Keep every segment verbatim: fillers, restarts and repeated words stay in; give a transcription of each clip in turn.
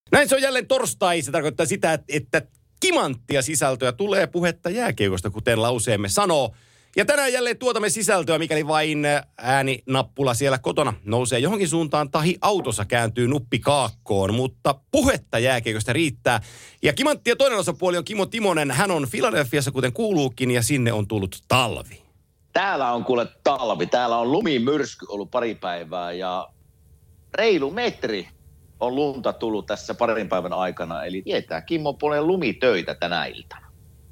Näin se on jälleen torstai. Se tarkoittaa sitä, että, että kimanttia sisältöä tulee puhetta jääkiekosta, kuten lauseemme sanoo. Ja tänään jälleen tuotamme sisältöä, mikäli vain ääninappula siellä kotona nousee johonkin suuntaan tahi autossa kääntyy nuppi kaakkoon. Mutta puhetta jääkiekosta riittää. Ja kimanttia toinen osapuoli on Kimmo Timonen. Hän on Philadelphiassa, kuten kuuluukin, ja sinne on tullut talvi. Täällä on kuule talvi. Täällä on lumimyrsky ollut pari päivää ja reilu metri on lunta tullut tässä parin päivän aikana. Eli tietää Kimmo puolen lumitöitä tänä iltana.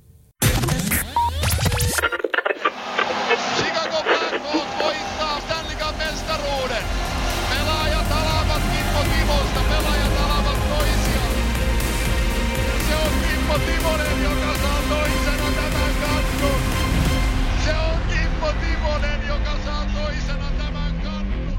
Chicago Blackhawks voittaa Stanley Cup -mestaruuden. Pelaajat alavat Kimmo Timosta, pelaajat alavat toisiaan. Se on Kimmo Timonen, joka saa toisena tämän kannun. Se on Kimmo Timonen, joka saa toisena tämän kannun.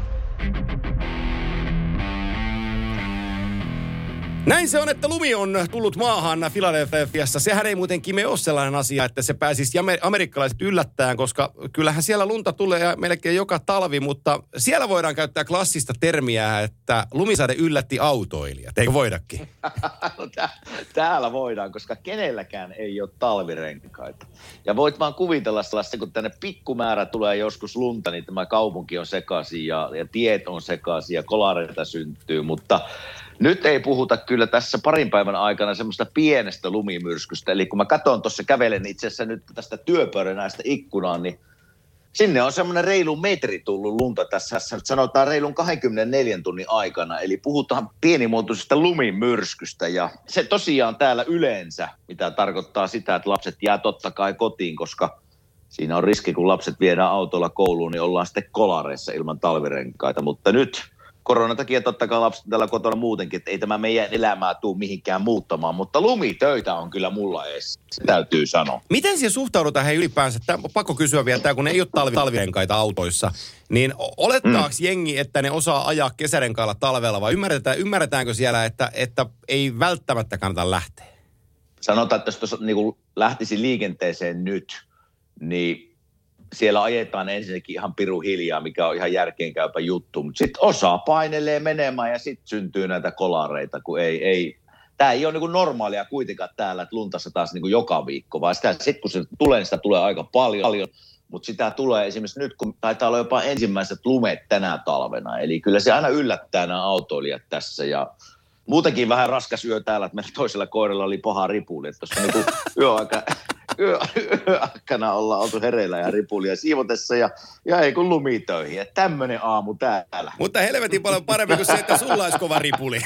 Näin se on, että lumi on tullut maahan Philadelphiassa. Sehän ei muuten Kime ole sellainen asia, että se pääsisi amerikkalaiset yllättäen, koska kyllähän siellä lunta tulee melkein joka talvi, mutta siellä voidaan käyttää klassista termiä, että lumisade yllätti autoilijat. Eikö voidakin? No, täällä voidaan, koska kenelläkään ei ole talvirenkaita. Ja voit vaan kuvitella sellaista, kun tänne pikkumäärä tulee joskus lunta, niin tämä kaupunki on sekaisin ja, ja tiet on sekaisin ja kolareita syntyy, mutta nyt ei puhuta kyllä tässä parin päivän aikana semmoista pienestä lumimyrskystä. Eli kun mä katson tuossa, kävelen itse asiassa nyt tästä työpöydänäistä ikkunaan, niin sinne on semmoinen reilu metri tullut lunta tässä, sanotaan reilun kaksikymmentäneljä tunnin aikana. Eli puhutaan pienimuotoisesta lumimyrskystä ja se tosiaan täällä yleensä, mitä tarkoittaa sitä, että lapset jää totta kai kotiin, koska siinä on riski, kun lapset viedään autolla kouluun, niin ollaan sitten kolareissa ilman talvirenkaita, mutta nyt koronan takia totta kai lapset täällä kotona muutenkin, että ei tämä meidän elämää tule mihinkään muuttamaan, mutta lumitöitä on kyllä mulla edes, se täytyy sanoa. Miten siihen suhtaudutaan he ylipäänsä? Tämä on pakko kysyä vielä, tämä, kun ei ole talvi, talvirenkaita autoissa, niin olettaako mm. jengi, että ne osaa ajaa kesärenkailla talvella vai ymmärretään, ymmärretäänkö siellä, että, että ei välttämättä kannata lähteä? Sanotaan, että jos tuossa niin lähtisi liikenteeseen nyt, niin siellä ajetaan ensinnäkin ihan piru hiljaa, mikä on ihan järkeenkäypä juttu, mutta sitten osa painelee menemään ja sitten syntyy näitä kolareita, kun ei, ei tämä ei ole niin kuin normaalia kuitenkaan täällä, että luntassa taas niin kuin joka viikko, vaan sitten kun se tulee, niin sitä tulee aika paljon, paljon, mutta sitä tulee esimerkiksi nyt, kun taitaa olla jopa ensimmäiset lumet tänä talvena, eli kyllä se aina yllättää nämä autoilijat tässä ja muutenkin vähän raskas yö täällä, että meillä toisella koiralla oli paha ripuli, että tuossa niin yöaika, yö, yöaikana ollaan oltu hereillä ja ripulia siivotessa ja, ja ei kun lumitöihin. Että tämmöinen aamu täällä. Mutta helvetin paljon parempi kuin se, että sulla olisi kova ripuli.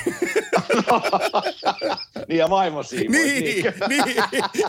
No, niin ja vaimo siivoi. Niin, niin. niin.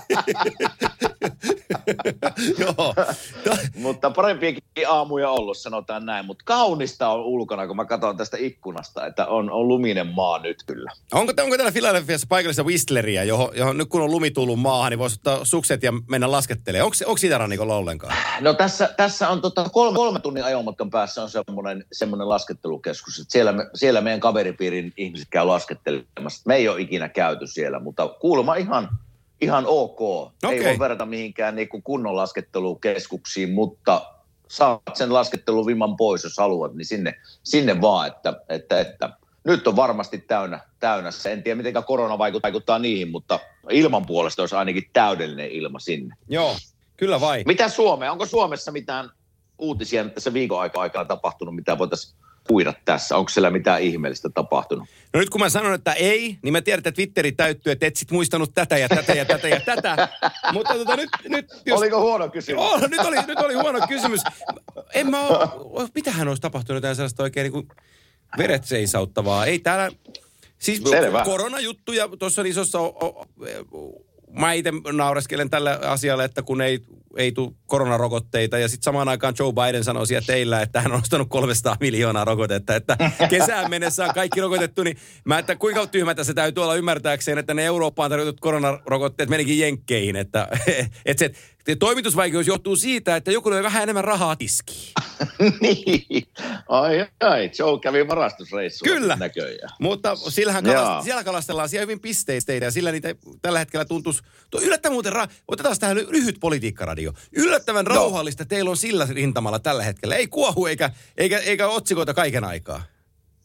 Joo. Mutta parempiakin aamuja ollut, sanotaan näin. Mutta kaunista on ulkona, kun mä katson tästä ikkunasta, että on, on luminen maa nyt kyllä. Onko, onko täällä Philadelphiassa paikallista Whistleria, johon, johon nyt kun on lumi tullut maahan, niin voisi ottaa sukset ja mennä laskettelemaan? Onko, onko sitä rannikolla ollenkaan? No tässä, tässä on tota kolme, kolme tunnin ajomatkan päässä on semmoinen, semmoinen laskettelukeskus. Että siellä, me, siellä meidän kaveripiirin ihmiset käy laskettelemassa. Me ei ole ikinä käyty siellä, mutta kuulemma ihan, ihan ok. Okay. Ei voi verrata mihinkään niin kuin kunnon laskettelukeskuksiin, mutta saat sen lasketteluvimman pois, jos haluat, niin sinne, sinne vaan, että, että, että nyt on varmasti täynnä, täynnä. En tiedä, miten korona vaikuttaa niihin, mutta ilman puolesta olisi ainakin täydellinen ilma sinne. Joo, kyllä vai. Mitä Suomea? Onko Suomessa mitään uutisia tässä viikon aikana tapahtunut, mitä voitaisiin puida tässä? Onko siellä mitään ihmeellistä tapahtunut? No nyt kun mä sanon, että ei, niin mä tiedän, että Twitteri täyttyy, että et sit muistanut tätä ja tätä ja tätä ja tätä. Mutta tota nyt... nyt jos... Oliko huono kysymys? Oh, nyt, oli, nyt oli huono kysymys. En mä ole... Mitähän olisi tapahtunut jotain sellaista oikein niin kuin veret seisauttavaa? Ei täällä... Siis Selvä. Koronajuttuja tuossa on isossa... O, o, mä itse naureskelen tälle asialle, että kun ei, ei tule koronarokotteita ja sitten samaan aikaan Joe Biden sanoi siellä teillä, että hän on ostanut kolmesataa miljoonaa rokotetta, että kesään mennessä on kaikki rokotettu, niin mä, että kuinka tyhmätä se täytyy olla ymmärtääkseen, että ne Eurooppaan tarjotut koronarokotteet menikin jenkkeihin, että, että se toimitusvaikeus johtuu siitä, että joku löi vähän enemmän rahaa tiskiin. Niin, ai ai, Joe kävi varastusreissulla. Kyllä, näköjään. Mutta sillähän kalast, siellä kalastellaan siellä hyvin pisteistä ja sillä niitä tällä hetkellä tuntuisi, tuo yllättävän muuten, ra- otetaan tähän lyhyt politiikkaradio, yllättävän no. rauhallista teillä on sillä rintamalla tällä hetkellä, ei kuohu eikä, eikä, eikä otsikoita kaiken aikaa.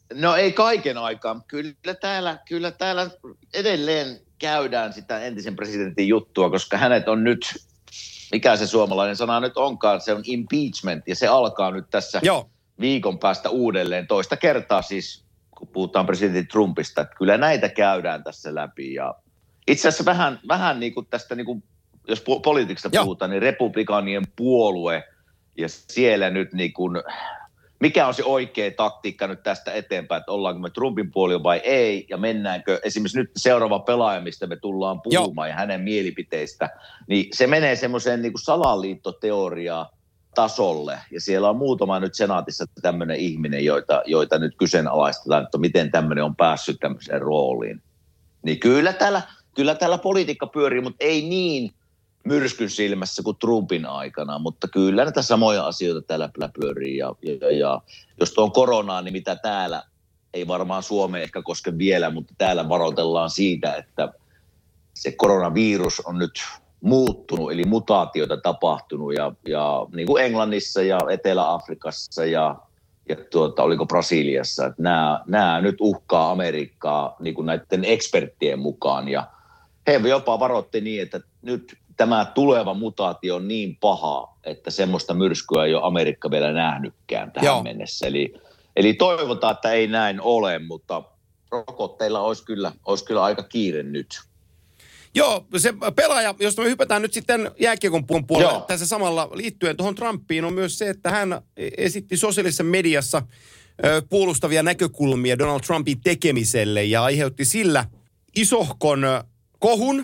No ei kaiken aikaa. Kyllä täällä, kyllä täällä edelleen käydään sitä entisen presidentin juttua, koska hänet on nyt, mikä se suomalainen sana nyt onkaan, se on impeachment, ja se alkaa nyt tässä Joo. viikon päästä uudelleen toista kertaa siis, kun puhutaan presidentti Trumpista, että kyllä näitä käydään tässä läpi. Ja itse asiassa vähän, vähän niin kuin tästä, niin kuin, jos po- politiikasta Joo. puhutaan, niin republikaanien puolue, ja siellä nyt niin kuin, mikä on se oikea taktiikka nyt tästä eteenpäin, että ollaanko me Trumpin puolella vai ei, ja mennäänkö esimerkiksi nyt seuraava pelaaja, mistä me tullaan puhumaan, Joo. ja hänen mielipiteistä, niin se menee semmoiseen niin kuin salaliittoteoriaa tasolle, ja siellä on muutama nyt senaatissa tämmöinen ihminen, joita, joita nyt kyseenalaistetaan, että miten tämmöinen on päässyt tämmöiseen rooliin. Niin kyllä täällä, kyllä täällä politiikka pyörii, mutta ei niin myrskyn silmässä kuin Trumpin aikana, mutta kyllä näitä samoja asioita täällä pyörii. Ja, ja, ja jos tuo on koronaa, niin mitä täällä, ei varmaan Suomeen ehkä koske vielä, mutta täällä varoitellaan siitä, että se koronavirus on nyt muuttunut, eli mutaatioita tapahtunut, ja, ja niin kuin Englannissa ja Etelä-Afrikassa ja, ja tuota, oliko Brasiliassa, että nämä, nämä nyt uhkaa Amerikkaa niin kuin näiden eksperttien mukaan, ja he jopa varoitti niin, että nyt tämä tuleva mutaatio on niin paha, että semmoista myrskyä ei ole Amerikka vielä nähnytkään tähän Joo. mennessä. Eli, eli toivotaan, että ei näin ole, mutta rokotteilla olisi kyllä, olisi kyllä aika kiire nyt. Joo, se pelaaja, josta me hypätään nyt sitten jääkiekon puolelle Joo. tässä samalla liittyen tuohon Trumpiin, on myös se, että hän esitti sosiaalisessa mediassa puolustavia näkökulmia Donald Trumpin tekemiselle ja aiheutti sillä isohkon kohun.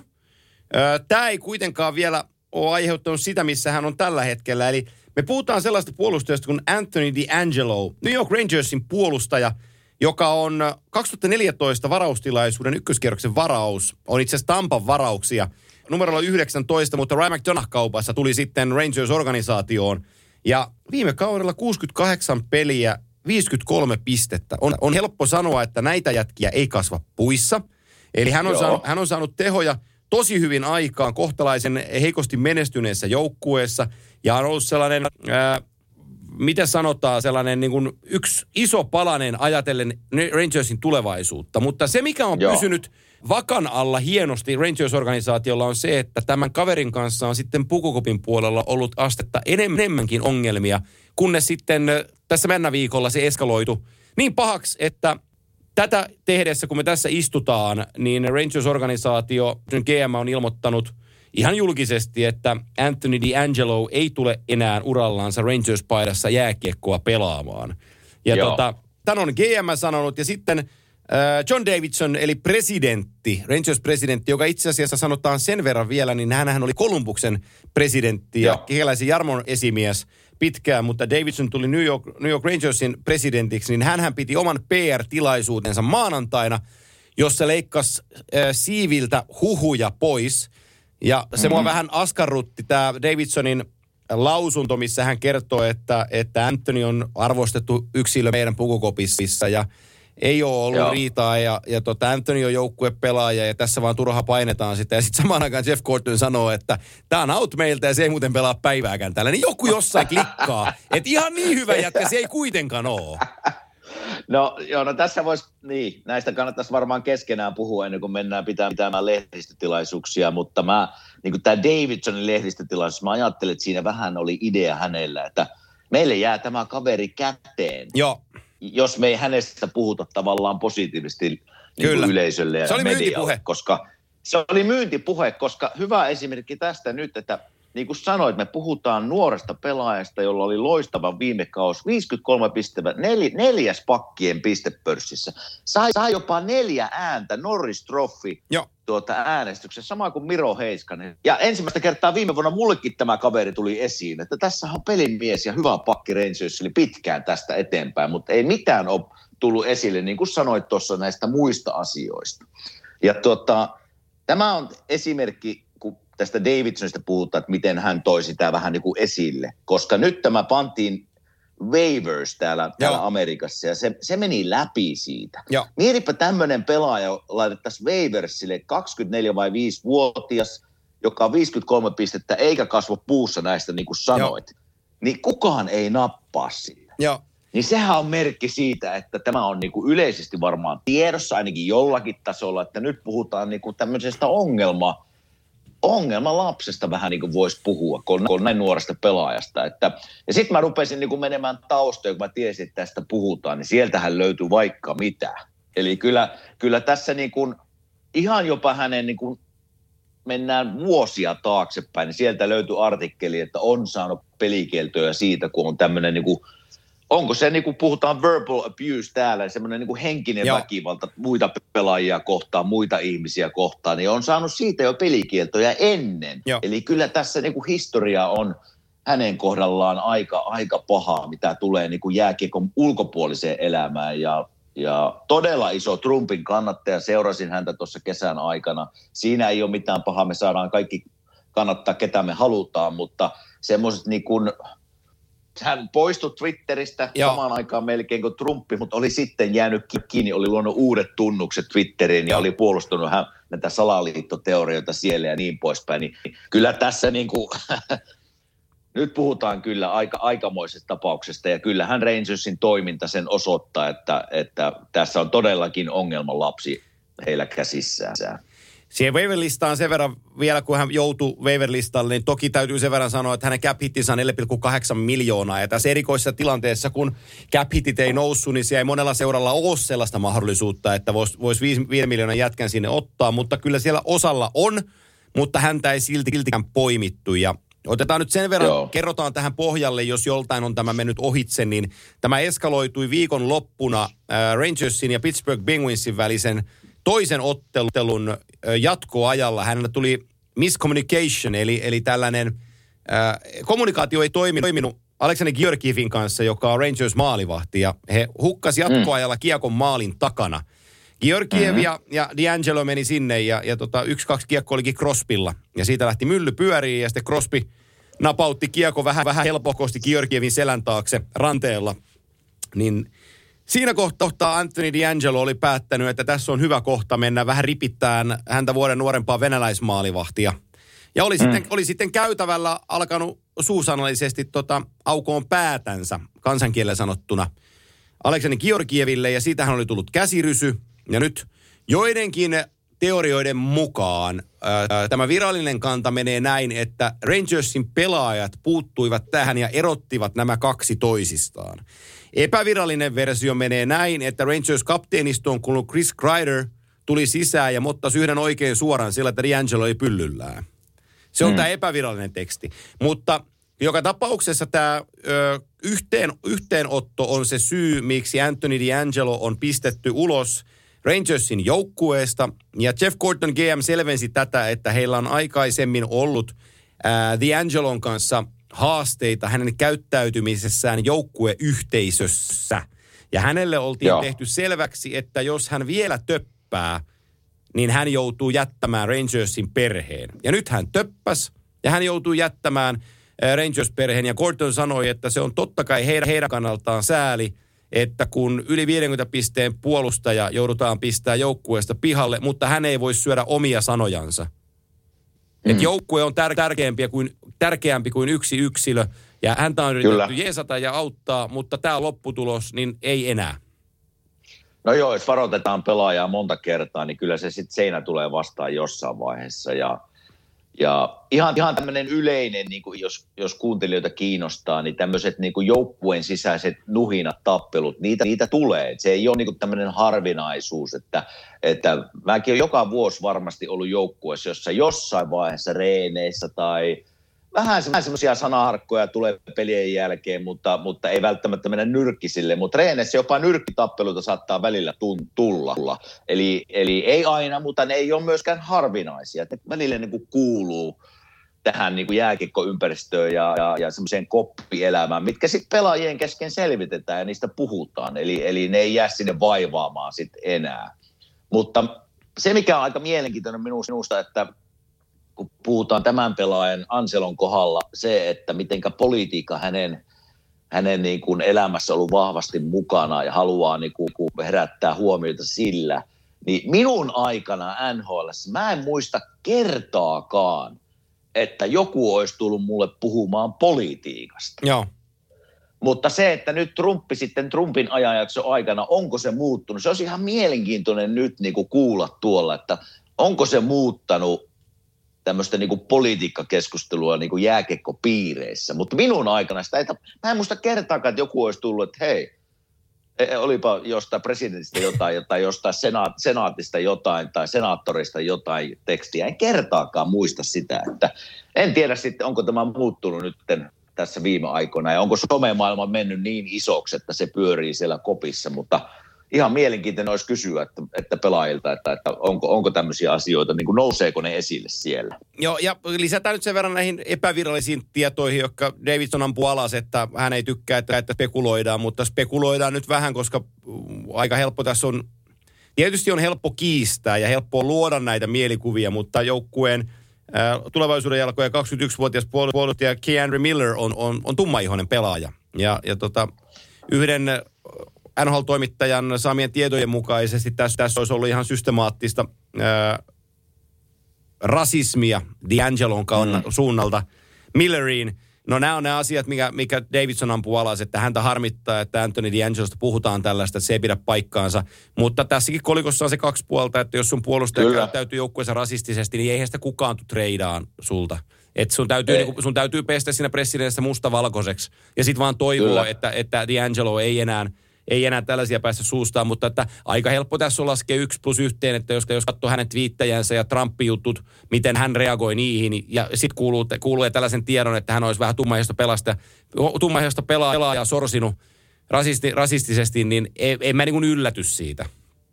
Tämä ei kuitenkaan vielä ole aiheuttanut sitä, missä hän on tällä hetkellä. Eli me puhutaan sellaista puolustajasta kuin Anthony DeAngelo, New York Rangersin puolustaja, joka on kaksituhattaneljätoista varaustilaisuuden ykköskierroksen varaus. On itse asiassa Tampan varauksia numerolla yhdeksäntoista, mutta Ryan McDonough-kaupassa tuli sitten Rangers-organisaatioon. Ja viime kaudella kuusikymmentäkahdeksan peliä, viisikymmentäkolme pistettä. On, on helppo sanoa, että näitä jätkiä ei kasva puissa. Eli hän on, saanut, hän on saanut tehoja tosi hyvin aikaan kohtalaisen heikosti menestyneessä joukkueessa. Ja on ollut sellainen, ää, mitä sanotaan, sellainen niin kuin yksi iso palanen ajatellen Rangersin tulevaisuutta. Mutta se, mikä on Joo. pysynyt vakan alla hienosti Rangers-organisaatiolla on se, että tämän kaverin kanssa on sitten pukukopin puolella ollut astetta enemmänkin ongelmia, kunnes sitten tässä mennä viikolla se eskaloitu niin pahaksi, että tätä tehdessä, kun me tässä istutaan, niin Rangers-organisaatio, G M on ilmoittanut ihan julkisesti, että Anthony DeAngelo ei tule enää urallansa Rangers-paidassa jääkiekkoa pelaamaan. Ja tota, tämän on G M sanonut, ja sitten äh, John Davidson, eli presidentti, Rangers-presidentti, joka itse asiassa sanotaan sen verran vielä, niin hänhän oli Columbuksen presidentti ja kehiläisen Jarmon esimies pitkään, mutta Davidson tuli New York, New York Rangersin presidentiksi, niin hänhän piti oman P R-tilaisuutensa maanantaina, jossa leikkasi äh, siiviltä huhuja pois. Ja se mm-hmm. mua vähän askarrutti tämä Davidsonin lausunto, missä hän kertoo, että, että Anthony on arvostettu yksilö meidän pukukopissa ja ei ole ollut Joo. riitaa ja, ja tota Anthony on joukkuepelaaja ja tässä vaan turha painetaan sitä. Ja sitten samaan aikaan Jeff Gorton sanoo, että tämä on out meiltä ja se ei muuten pelaa päivääkään täällä. Niin joku jossain klikkaa, että ihan niin hyvä jätkä se ei kuitenkaan ole. No joo, no tässä voisi, niin, näistä kannattaisi varmaan keskenään puhua ennen kuin mennään pitämään lehdistötilaisuuksia, mutta mä, niin kuin tämä Davidsonin lehdistötilaisuus, mä ajattelin, että siinä vähän oli idea hänellä, että meille jää tämä kaveri käteen, joo. jos me ei hänestä puhuta tavallaan positiivisesti niin kuin yleisölle ja se oli medialle, myyntipuhe. Koska se oli myyntipuhe, koska hyvä esimerkki tästä nyt, että niin kuin sanoit, me puhutaan nuoresta pelaajasta, jolla oli loistava viime kausi, viisikymmentäkolme pistettä, nel, neljäs pakkien pistepörssissä. Sai, sai jopa neljä ääntä Norris Trophy tuota äänestyksessä, sama kuin Miro Heiskanen. Ja ensimmäistä kertaa viime vuonna mullekin tämä kaveri tuli esiin, että tässä on pelimies ja hyvä pakki Rangers, eli pitkään tästä eteenpäin, mutta ei mitään ole tullut esille, niin kuin sanoit tuossa näistä muista asioista. Ja tuota, tämä on esimerkki, tästä Davidsonista puhutaan, että miten hän toi sitä vähän niin kuin esille. Koska nyt tämä pantiin waivers täällä, täällä Amerikassa ja se, se meni läpi siitä. Joo. Mietipä tämmöinen pelaaja laitettaisiin waiversille kaksikymmentäneljä vai viisi-vuotias, joka on viisikymmentäkolme pistettä eikä kasva puussa näistä niin kuin sanoit. Joo. Niin kukaan ei nappaa sillä. Joo. Niin sehän on merkki siitä, että tämä on niinku yleisesti varmaan tiedossa ainakin jollakin tasolla, että nyt puhutaan niinku tämmöisestä ongelma, ongelma lapsesta vähän niin kuin voisi puhua, kun on näin nuoresta pelaajasta. Että, ja sitten mä rupesin niinku menemään taustoon, kun mä tiesin, että tästä puhutaan, niin sieltähän löytyy vaikka mitä. Eli kyllä, kyllä tässä niinku, ihan jopa hänen niinku, mennään vuosia taaksepäin, niin sieltä löytyy artikkeli, että on saanut pelikieltoja siitä, kun on tämmöinen niinku, onko se, niin kuin puhutaan verbal abuse täällä, semmoinen niin kuin henkinen Joo. väkivalta muita pelaajia kohtaan, muita ihmisiä kohtaan, niin on saanut siitä jo pelikieltoja ennen. Joo. Eli kyllä tässä niin kuin historia on hänen kohdallaan aika, aika pahaa, mitä tulee niin kuin jääkiekon ulkopuoliseen elämään. Ja, ja todella iso Trumpin kannattaja, seurasin häntä tuossa kesän aikana. Siinä ei ole mitään pahaa, me saadaan kaikki kannattaa, ketä me halutaan, mutta semmoiset niin kuin hän poistui Twitteristä Joo. samaan aikaan melkein kuin Trumpi, mutta oli sitten jäänyt kiinni, oli luonut uudet tunnukset Twitteriin ja oli puolustunut hän näitä salaliittoteorioita siellä ja niin poispäin. Niin kyllä tässä niin kuin, nyt puhutaan kyllä aika, aikamoisesta tapauksesta ja kyllähän Rangersin toiminta sen osoittaa, että, että tässä on todellakin ongelman lapsi heillä käsissään. Siihen waiver-listaan sen verran vielä, kun hän joutui waiver-listalle, niin toki täytyy sen verran sanoa, että hänen cap-hittinsä on neljä pilkku kahdeksan miljoonaa. Ja tässä erikoisessa tilanteessa, kun cap-hitit ei noussut, niin siellä ei monella seuralla ole sellaista mahdollisuutta, että voisi vois viisi miljoonan jätkän sinne ottaa. Mutta kyllä siellä osalla on, mutta häntä ei silti siltikään poimittu. Ja otetaan nyt sen verran, Joo. kerrotaan tähän pohjalle, jos joltain on tämä mennyt ohitse, niin tämä eskaloitui viikon loppuna äh, Rangersin ja Pittsburgh Penguinsin välisen toisen ottelun jatkoajalla. Hänellä tuli miscommunication, eli, eli tällainen äh, kommunikaatio ei toimi, toiminut Alexander Georgievin kanssa, joka on Rangers maalivahti, ja he hukkasi jatkoajalla mm. kiekon maalin takana. Georgiev mm-hmm. ja, ja D'Angelo meni sinne, ja, ja tota, yksi, kaksi kiekko olikin Crosbylla, ja siitä lähti mylly pyöriin, ja sitten Crosby napautti kiekko vähän, vähän helpokosti Georgievin selän taakse ranteella, niin siinä kohtaa Anthony D'Angelo oli päättänyt, että tässä on hyvä kohta mennä vähän ripittämään häntä vuoden nuorempaa venäläismaalivahtia. Ja oli, mm. sitten, oli sitten käytävällä alkanut suusanallisesti tota, aukoon päätänsä, kansankielellä sanottuna, Alexander Georgieville, ja siitähän oli tullut käsirysy. Ja nyt joidenkin teorioiden mukaan ää, tämä virallinen kanta menee näin, että Rangersin pelaajat puuttuivat tähän ja erottivat nämä kaksi toisistaan. Epävirallinen versio menee näin, että Rangers-kapteenistoon kuulunut Chris Kreider tuli sisään ja mottasi yhden oikein suoraan sillä, että D'Angelo ei pyllyllään. Se on mm. tämä epävirallinen teksti. Mutta joka tapauksessa tämä ö, yhteen, yhteenotto on se syy, miksi Anthony D'Angelo on pistetty ulos Rangersin joukkueesta. Ja Jeff Gorton G M selvensi tätä, että heillä on aikaisemmin ollut ää, D'Angelon kanssa haasteita hänen käyttäytymisessään joukkueyhteisössä. Ja hänelle oltiin Joo. tehty selväksi, että jos hän vielä töppää, niin hän joutuu jättämään Rangersin perheen. Ja nyt hän töppäs ja hän joutuu jättämään Rangers-perheen. Ja Gordon sanoi, että se on totta kai heidän, heidän kannaltaan sääli, että kun yli viidenkymmenen pisteen puolustaja joudutaan pistää joukkueesta pihalle, mutta hän ei voi syödä omia sanojansa. Mm. Että joukkue on tär- tärkeämpi, kuin, tärkeämpi kuin yksi yksilö, ja häntä on yritetty Kyllä. jeesata ja auttaa, mutta tämä lopputulos, niin ei enää. No joo, jos varoitetaan pelaajaa monta kertaa, niin kyllä se sitten seinä tulee vastaan jossain vaiheessa. Ja, ja ihan, ihan tämmöinen yleinen, niin kuin jos, jos kuuntelijoita kiinnostaa, niin tämmöiset niin kuin joukkueen sisäiset nuhinat, tappelut, niitä, niitä tulee. Se ei ole niin kuin tämmöinen harvinaisuus, että, että mäkin olen joka vuosi varmasti ollut joukkueessa, jossa jossain vaiheessa reeneissä tai vähän semmoisia sanaharkkoja tulee pelien jälkeen, mutta, mutta ei välttämättä mennä nyrkkisille. Mutta treeneissä jopa nyrkkitappeluita saattaa välillä tulla. Eli, eli ei aina, mutta ne ei ole myöskään harvinaisia. Ne välillä niin kuin kuuluu tähän niin kuin jääkiekkoympäristöön ja, ja, ja semmoiseen koppielämään, mitkä sitten pelaajien kesken selvitetään ja niistä puhutaan. Eli, eli ne ei jää sinne vaivaamaan sitten enää. Mutta se, mikä on aika mielenkiintoinen minusta, että kun puhutaan tämän pelaajan Anselon kohdalla, se, että mitenkä politiikka hänen, hänen niin kuin elämässä on ollut vahvasti mukana ja haluaa niin kuin herättää huomiota sillä, niin minun aikana N H L:ssä mä en muista kertaakaan, että joku olisi tullut mulle puhumaan politiikasta. Joo. Mutta se, että nyt Trumpi sitten Trumpin ajanjakson aikana, onko se muuttunut? Se olisi ihan mielenkiintoinen nyt niin kuin kuulla tuolla, että onko se muuttanut tämmöistä niin kuin politiikkakeskustelua niin kuin jääkiekkopiireissä. Mutta minun aikana sitä ei, mä en muista kertaakaan, että joku olisi tullut, että hei, olipa jostain presidentistä jotain, tai jostain sena- senaatista jotain, tai senaattorista jotain tekstiä. En kertaakaan muista sitä, että en tiedä sitten, onko tämä muuttunut nyt tässä viime aikoina, ja onko somemaailma mennyt niin isoksi, että se pyörii siellä kopissa, mutta ihan mielenkiintoinen olisi kysyä, että, että pelaajilta, että, että onko, onko tämmöisiä asioita, niin kuin nouseeko ne esille siellä. Joo, ja lisätään nyt sen verran näihin epävirallisiin tietoihin, jotka Davidson ampuu alas, että hän ei tykkää, että, että spekuloidaan, mutta spekuloidaan nyt vähän, koska aika helppo tässä on, tietysti on helppo kiistää ja helppo luoda näitä mielikuvia, mutta joukkueen ää, tulevaisuuden jalkoja kaksikymmentäyksivuotias puolustaja Keandre Miller on, on, on tummaihoinen pelaaja. Ja, ja tota, yhden N H L-toimittajan saamien tietojen mukaisesti tässä, tässä olisi ollut ihan systemaattista ää, rasismia D'Angelon mm. suunnalta Milleriin. No nämä on ne asiat, mikä, mikä Davidson ampuu alas, että häntä harmittaa, että Anthony D'Angelosta puhutaan tällaista, että se ei pidä paikkaansa. Mutta tässäkin kolikossa on se kaksi puolta, että jos sun puolustaja Kyllä. käyttäytyy joukkueessa rasistisesti, niin eihän sitä kukaan tule treidaan sulta. Että sun täytyy, niin, sun täytyy pestä siinä pressidenessä mustavalkoiseksi ja sitten vaan toivoa, että, että D'Angelo ei enää... Ei enää tällaisia päästä suustaan, mutta että aika helppo tässä on laskea yksi plus yhteen, että jos, jos katsoo hänen twiittäjänsä ja Trump-jutut, miten hän reagoi niihin, ja sitten kuuluu, kuuluu tällaisen tiedon, että hän olisi vähän tummaihoista pelasta, tummaihoista pelaajaa sorsinut rasisti, rasistisesti, niin ei, ei mä niin kuin ylläty siitä.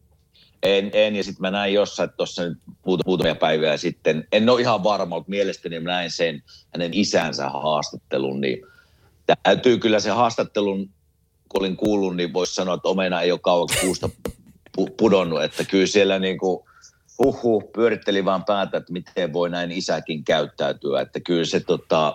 En, en ja sitten mä näin jossain tuossa nyt muutamia päiviä sitten, en ole ihan varma, mutta mielestäni mä näin sen hänen isänsä haastattelun, niin täytyy kyllä se haastattelun kun olin kuullut, niin voisi sanoa, että omena ei ole kauaksi puusta pudonnut, että kyllä siellä niin kuin huhhuh, pyöritteli vaan päätä, että miten voi näin isäkin käyttäytyä, että kyllä se, tota,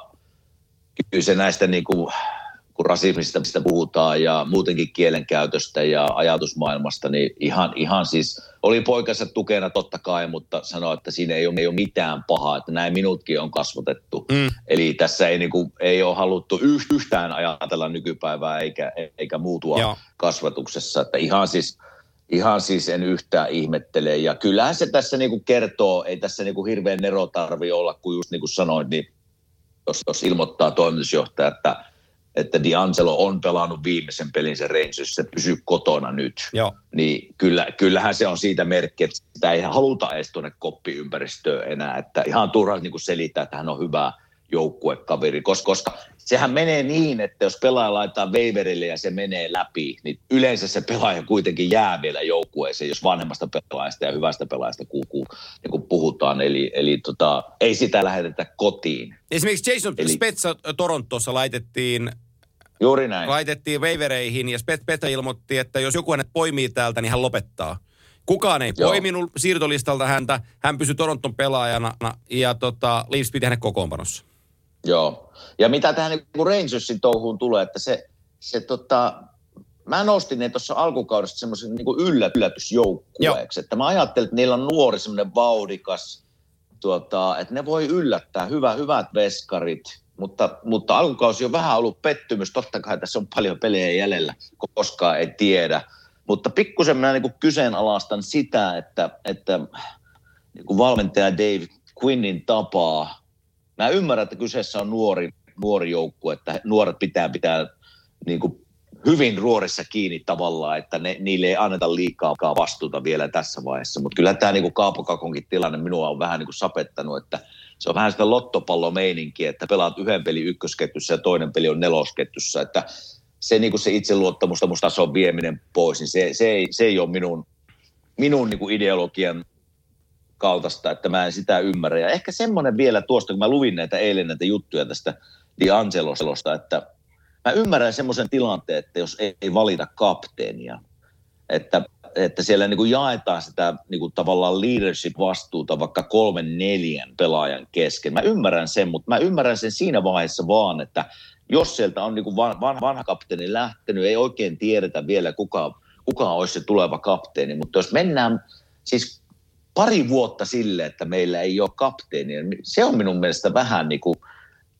kyllä se näistä niin kuin, kun rasismista mistä puhutaan ja muutenkin kielenkäytöstä ja ajatusmaailmasta, niin ihan, ihan siis oli poikansa tukena totta kai, mutta sanoi, että siinä ei ole, ei ole mitään pahaa, että näin minutkin on kasvatettu. Mm. Eli tässä ei, niin kuin, ei ole haluttu yhtään ajatella nykypäivää eikä, eikä muutua Joo. kasvatuksessa, että ihan siis, ihan siis en yhtään ihmettele. Ja kyllähän se tässä niin kuin kertoo, ei tässä niin kuin hirveän nero tarvitse olla, kun just niin kuin sanoin, niin jos, jos ilmoittaa toimitusjohtaja, että että D'Angelo on pelannut viimeisen pelinsä Rangersissa, pysyy kotona nyt, Joo. niin kyllä, kyllähän se on siitä merkki, että sitä ei haluta edes tuonne koppiympäristöön enää, että ihan turha niin kuin selittää, että hän on hyvä joukkuekaveri, koska, koska sehän menee niin, että jos pelaaja laittaa waiverille ja se menee läpi, niin yleensä se pelaaja kuitenkin jää vielä joukkueeseen, jos vanhemmasta pelaajasta ja hyvästä pelaajasta kuukuu, niin kuin puhutaan, eli, eli tota, ei sitä lähetetä kotiin. Esimerkiksi Jason eli, Spezza Torontossa laitettiin Juuri näin. Laitettiin waivereihin ja Spezza ilmoitti, että jos joku hänet poimii täältä, niin hän lopettaa. Kukaan ei Joo. poiminut siirtolistalta häntä. Hän pysyi Toronton pelaajana ja tota, Leafs piti hänet kokoonpanossa. Joo. Ja mitä tähän niin Rangersin touhuun tulee, että se, se tota, mä nostin ne tuossa alkukaudesta semmoisen niin yllätysjoukkueeksi. Että mä ajattelin, että niillä on nuori semmoinen vauhdikas, tuota, että ne voi yllättää. Hyvä, hyvät veskarit. Mutta, mutta alkukausi on vähän ollut pettymys. Totta kai tässä on paljon pelejä jäljellä, koskaan ei tiedä. Mutta pikkusen mä niin kuin kyseenalaistan sitä, että, että niin kuin valmentaja Dave Quinnin tapaa. Mä ymmärrän, että kyseessä on nuori, nuori joukkue, että nuoret pitää pitää niin kuin hyvin ruorissa kiinni tavallaan, että ne, niille ei anneta liikaa vastuuta vielä tässä vaiheessa. Mutta kyllä tämä niin kuin Kaapo Kakonkin tilanne minua on vähän niin kuin sapettanut, että se on vähän sitä lottopallomeininkiä, että pelaat yhden pelin ykkösketjussa ja toinen peli on nelosketjussa, että se, niin kuin se itseluottamustason vieminen pois, niin se, se, ei, se ei ole minun, minun niin kuin ideologian kaltaista, että mä en sitä ymmärrä. Ja ehkä semmoinen vielä tuosta, kun mä luvin näitä eilen näitä juttuja tästä D'Angelosta, että mä ymmärrän semmoisen tilanteen, että jos ei, ei valita kapteenia, että että siellä niin kuin jaetaan sitä niin kuin tavallaan leadership-vastuuta vaikka kolmen neljän pelaajan kesken. Mä ymmärrän sen, mutta mä ymmärrän sen siinä vaiheessa vaan, että jos sieltä on niin kuin vanha, vanha kapteeni lähtenyt, ei oikein tiedetä vielä kuka, kuka olisi se tuleva kapteeni, mutta jos mennään siis pari vuotta sille, että meillä ei ole kapteenia, se on minun mielestä vähän niin kuin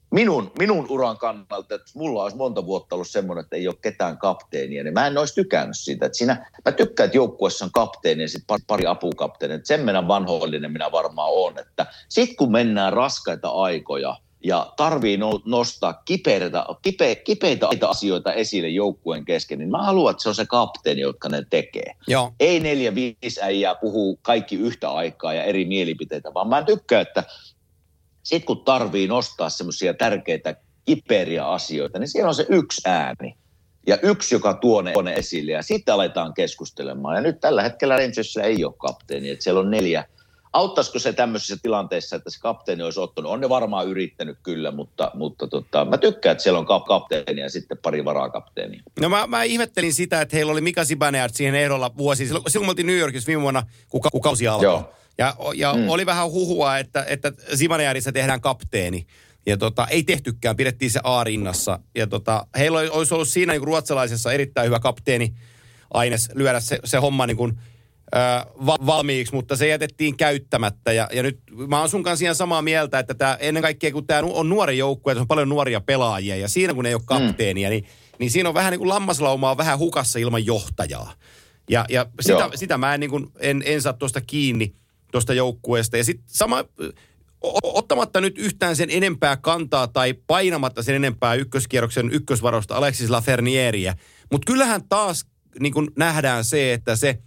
minun, minun uran kannalta, että mulla olisi monta vuotta ollut semmoinen, että ei ole ketään kapteenia, niin mä en olisi tykännyt siitä. Että siinä, mä tykkään, että joukkueessa on kapteeni ja sitten pari, pari apukapteenia. Sen minä vanhoillinen minä varmaan on. Että sitten kun mennään raskaita aikoja ja tarvii no, nostaa kipeitä, kipe, kipeitä asioita esille joukkueen kesken, niin mä haluan, että se on se kapteeni, jotka ne tekee. Joo. Ei neljä, viisi äijää puhuu kaikki yhtä aikaa ja eri mielipiteitä, vaan mä tykkään, että sitten kun tarvii nostaa semmoisia tärkeitä, kiperiä asioita, niin siellä on se yksi ääni. Ja yksi, joka tuo ne esille, ja sitten aletaan keskustelemaan. Ja nyt tällä hetkellä Rangersissa ei ole kapteeni, että siellä on neljä. Auttaisiko se tämmöisessä tilanteessa, että se kapteeni olisi ottanut? On ne varmaan yrittänyt kyllä, mutta, mutta tota, mä tykkään, että siellä on kapteeni ja sitten pari varakapteenia. No mä, mä ihmettelin sitä, että heillä oli Mika Zibanejad siihen ehdolla vuosi. Silloin, silloin me oltiin New Yorkissa viime vuonna, kun, kun kausi alkoi. Joo. Ja, ja mm. oli vähän huhua, että, että Zibanejadissa tehdään kapteeni. Ja tota, ei tehtykään, pidettiin se A-rinnassa. Ja tota, heillä olisi ollut siinä niin kuin ruotsalaisessa erittäin hyvä kapteeni-aines lyödä se, se homma niin kuin, äh, va- valmiiksi, mutta se jätettiin käyttämättä. Ja, ja nyt mä oon sun kanssa ihan samaa mieltä, että tää, ennen kaikkea kun tämä on nuori joukkue, että on paljon nuoria pelaajia, ja siinä kun ei ole kapteenia, mm. niin, niin siinä on vähän niin kuin lammaslauma on vähän hukassa ilman johtajaa. Ja, ja sitä, sitä mä en, niin kuin, en, en saa tuosta kiinni, tuosta joukkueesta. Ja sitten sama, ottamatta nyt yhtään sen enempää kantaa tai painamatta sen enempää ykköskierroksen ykkösvarosta Alexis Lafrenieriä. Mutta kyllähän taas niin kun nähdään se, että se,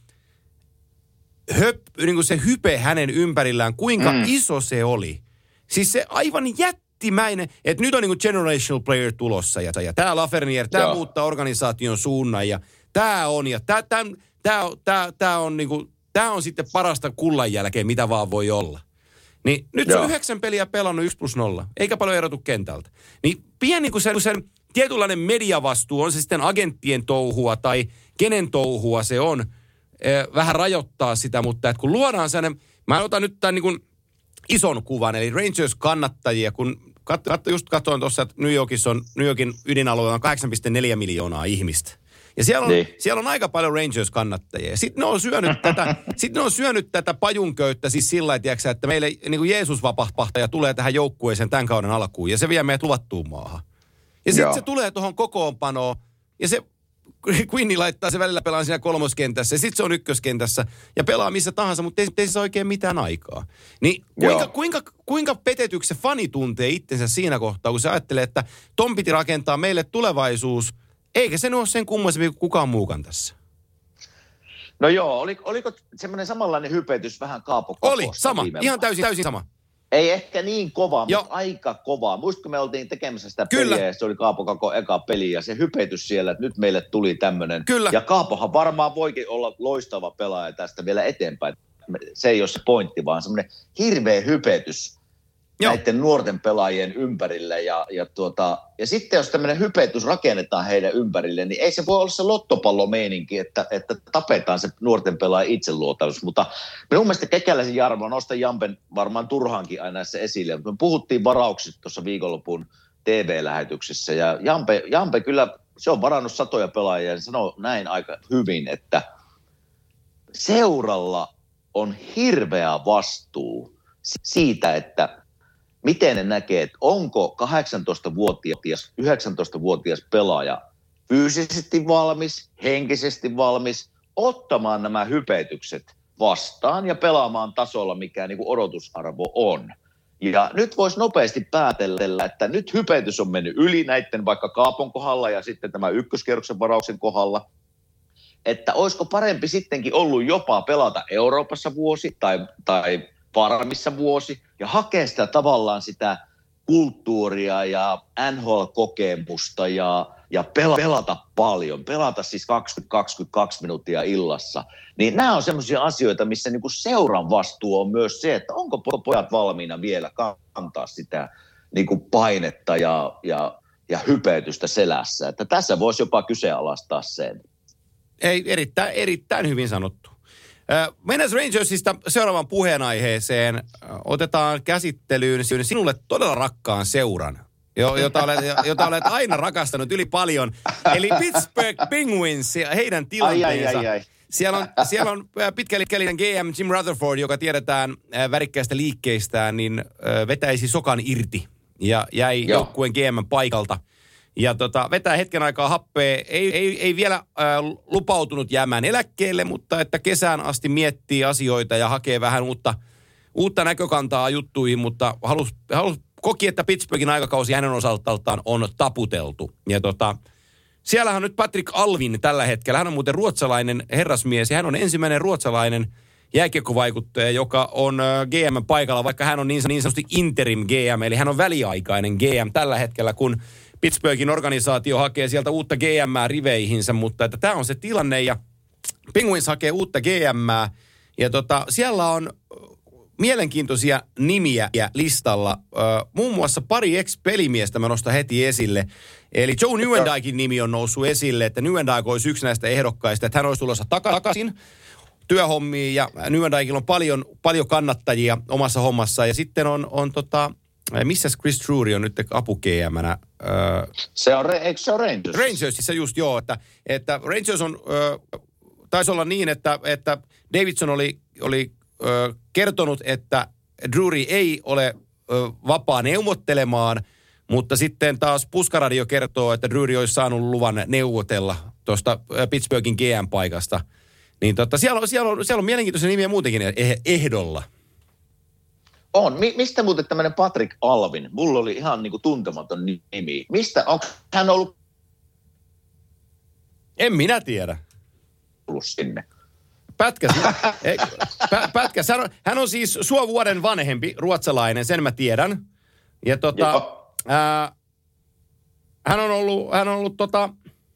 höp, niin kun se hype hänen ympärillään, kuinka mm. iso se oli. Siis se aivan jättimäinen, että nyt on niin kuin generational player tulossa ja, ja tämä Lafreniere, tämä muuttaa organisaation suunnan ja tämä on ja tämä tää, tää, tää on niin kuin tämä on sitten parasta kullan jälkeen, mitä vaan voi olla. Niin nyt se on yhdeksän peliä pelannut yksi plus nolla, eikä paljon erotu kentältä. Niin pieni kuin sen, sen tietynlainen mediavastuu, on se sitten agenttien touhua tai kenen touhua se on, eh, vähän rajoittaa sitä, mutta että kun luodaan sellainen, mä otan nyt tämän niin kuin ison kuvan, eli Rangers-kannattajia, kun kat, kat, just katsoin tuossa, että New Yorkissa on, New Yorkin ydinalueella on kahdeksan pilkku neljä miljoonaa ihmistä. Ja siellä on, niin. siellä on aika paljon Rangers-kannattajia. Sitten ne on syönyt tätä, sitten ne on syönyt tätä pajunköyttä siis sillä lailla, että meille niin kuin Jeesus-vapahtaja tulee tähän joukkueeseen tämän kauden alkuun. Ja se vie meidät luvattuun maahan. Ja sitten se tulee tuohon kokoonpanoon. Ja se Quinni laittaa se välillä pelaa siinä kolmoskentässä. Ja sitten se on ykköskentässä. Ja pelaa missä tahansa, mutta ei, ei se saa oikein mitään aikaa. Niin kuinka, kuinka, kuinka petetyksi se fani tuntee itsensä siinä kohtaa, kun se ajattelee, että ton piti rakentaa meille tulevaisuus. Eikä se ole sen kummoisempi kuin kukaan muukaan tässä. No joo, oliko, oliko semmoinen samanlainen hypetys vähän Kaapo Kokosta? Oli, sama. Ihan täysin, täysin sama. Ei ehkä niin kova, joo. Mutta aika kova. Muistatko me oltiin tekemässä sitä Kyllä. peliä ja se oli Kaapo Kako eka peli ja se hypetys siellä, että nyt meille tuli tämmöinen. Kyllä. Ja Kaapohan varmaan voikin olla loistava pelaaja tästä vielä eteenpäin. Se ei ole se pointti, vaan semmoinen hirveä hypetys. Joo. Näiden nuorten pelaajien ympärille ja, ja, tuota, ja sitten jos tämmöinen hypetys rakennetaan heidän ympärille, niin ei se voi olla se lottopallomeininki, että, että tapetaan se nuorten pelaajien itseluotamus, mutta minun mielestä Kekäläisen Jarmo, nostan Jampen varmaan turhaankin aina näissä esille, mutta me puhuttiin varauksista tuossa viikonlopun T V-lähetyksessä ja Jampe, Jampe kyllä, se on varannut satoja pelaajia ja sanoo näin aika hyvin, että seuralla on hirveä vastuu siitä, että miten ne näkee, että onko kahdeksantoistavuotias, yhdeksäntoistavuotias pelaaja fyysisesti valmis, henkisesti valmis ottamaan nämä hypetykset vastaan ja pelaamaan tasolla, mikä niin kuin odotusarvo on. Ja nyt voisi nopeasti päätellä, että nyt hypetys on mennyt yli näiden vaikka Kaapon kohdalla ja sitten tämä ykköskierroksen varauksen kohdalla, että olisiko parempi sittenkin ollut jopa pelata Euroopassa vuosi tai, tai Farmissa vuosi ja hakea sitä tavallaan sitä kulttuuria ja N H L-kokemusta ja, ja pelata paljon, pelata siis kaksikymmentä kaksikymmentäkaksi minuuttia illassa. Niin nämä on sellaisia asioita, missä niinku seuran vastuu on myös se, että onko pojat valmiina vielä kantaa sitä niinku painetta ja, ja, ja hypeytystä selässä. Että tässä voisi jopa kyseenalaistaa sen. Ei, erittäin, erittäin hyvin sanottu. Mennään Rangersista seuraavan puheenaiheeseen. Otetaan käsittelyyn sinulle todella rakkaan seuran, jota olet, jota olet aina rakastanut yli paljon. Eli Pittsburgh Penguins ja heidän tilanteensa. Ai, ai, ai, ai. Siellä on, siellä on pitkällinen G M Jim Rutherford, joka tiedetään värikkäistä liikkeistään, niin vetäisi sokan irti ja jäi Joo. joukkueen G M paikalta. Ja tota, vetää hetken aikaa happea, ei, ei, ei vielä äh, lupautunut jäämään eläkkeelle, mutta että kesään asti miettii asioita ja hakee vähän uutta, uutta näkökantaa juttuihin, mutta halus, halus, koki, että Pittsburghin aikakausi hänen osaltaan on taputeltu. Ja tota, siellähän on nyt Patrick Alvin tällä hetkellä, hän on muuten ruotsalainen herrasmies ja hän on ensimmäinen ruotsalainen jääkiekkovaikuttaja, joka on G M paikalla, vaikka hän on niin, niin sanotusti interim G M, eli hän on väliaikainen G M tällä hetkellä, kun Pittsburghin organisaatio hakee sieltä uutta G M:ää riveihinsä, mutta että tämä on se tilanne ja Penguins hakee uutta G M:ää ja tota, siellä on mielenkiintoisia nimiä listalla. Ö, muun muassa pari ex-pelimiestä mä nostan heti esille. Eli Joe Nieuwendyken nimi on noussut esille, että Nieuwendyk olisi yksi näistä ehdokkaista, että hän olisi tulossa takaisin työhommiin ja Nieuwendykilla on paljon, paljon kannattajia omassa hommassa ja sitten on, on tota, missäs Chris Drury on nyt apu G M:nä? Öö, se on, eikö se ole Rangers? Rangersissa just joo, että, että Rangers on, ö, taisi olla niin, että, että Davidson oli, oli ö, kertonut, että Drury ei ole ö, vapaa neuvottelemaan, mutta sitten taas Puskaradio kertoo, että Drury olisi saanut luvan neuvotella tuosta Pittsburghin G M-paikasta. Niin totta, siellä on, siellä on, siellä on mielenkiintoisia nimiä muutenkin ehdolla. On. Mi- mistä muuten tämmöinen Patrick Alvin? Mulla oli ihan niinku tuntematon nimi. Mistä? Onko hän ollut En minä tiedä. tullut sinne? Pätkäs. Ei, pä, pätkäs. Hän, on, hän on siis sua vuoden vanhempi ruotsalainen, sen mä tiedän. Ja tota, ää, hän on ollut, hän on ollut tota,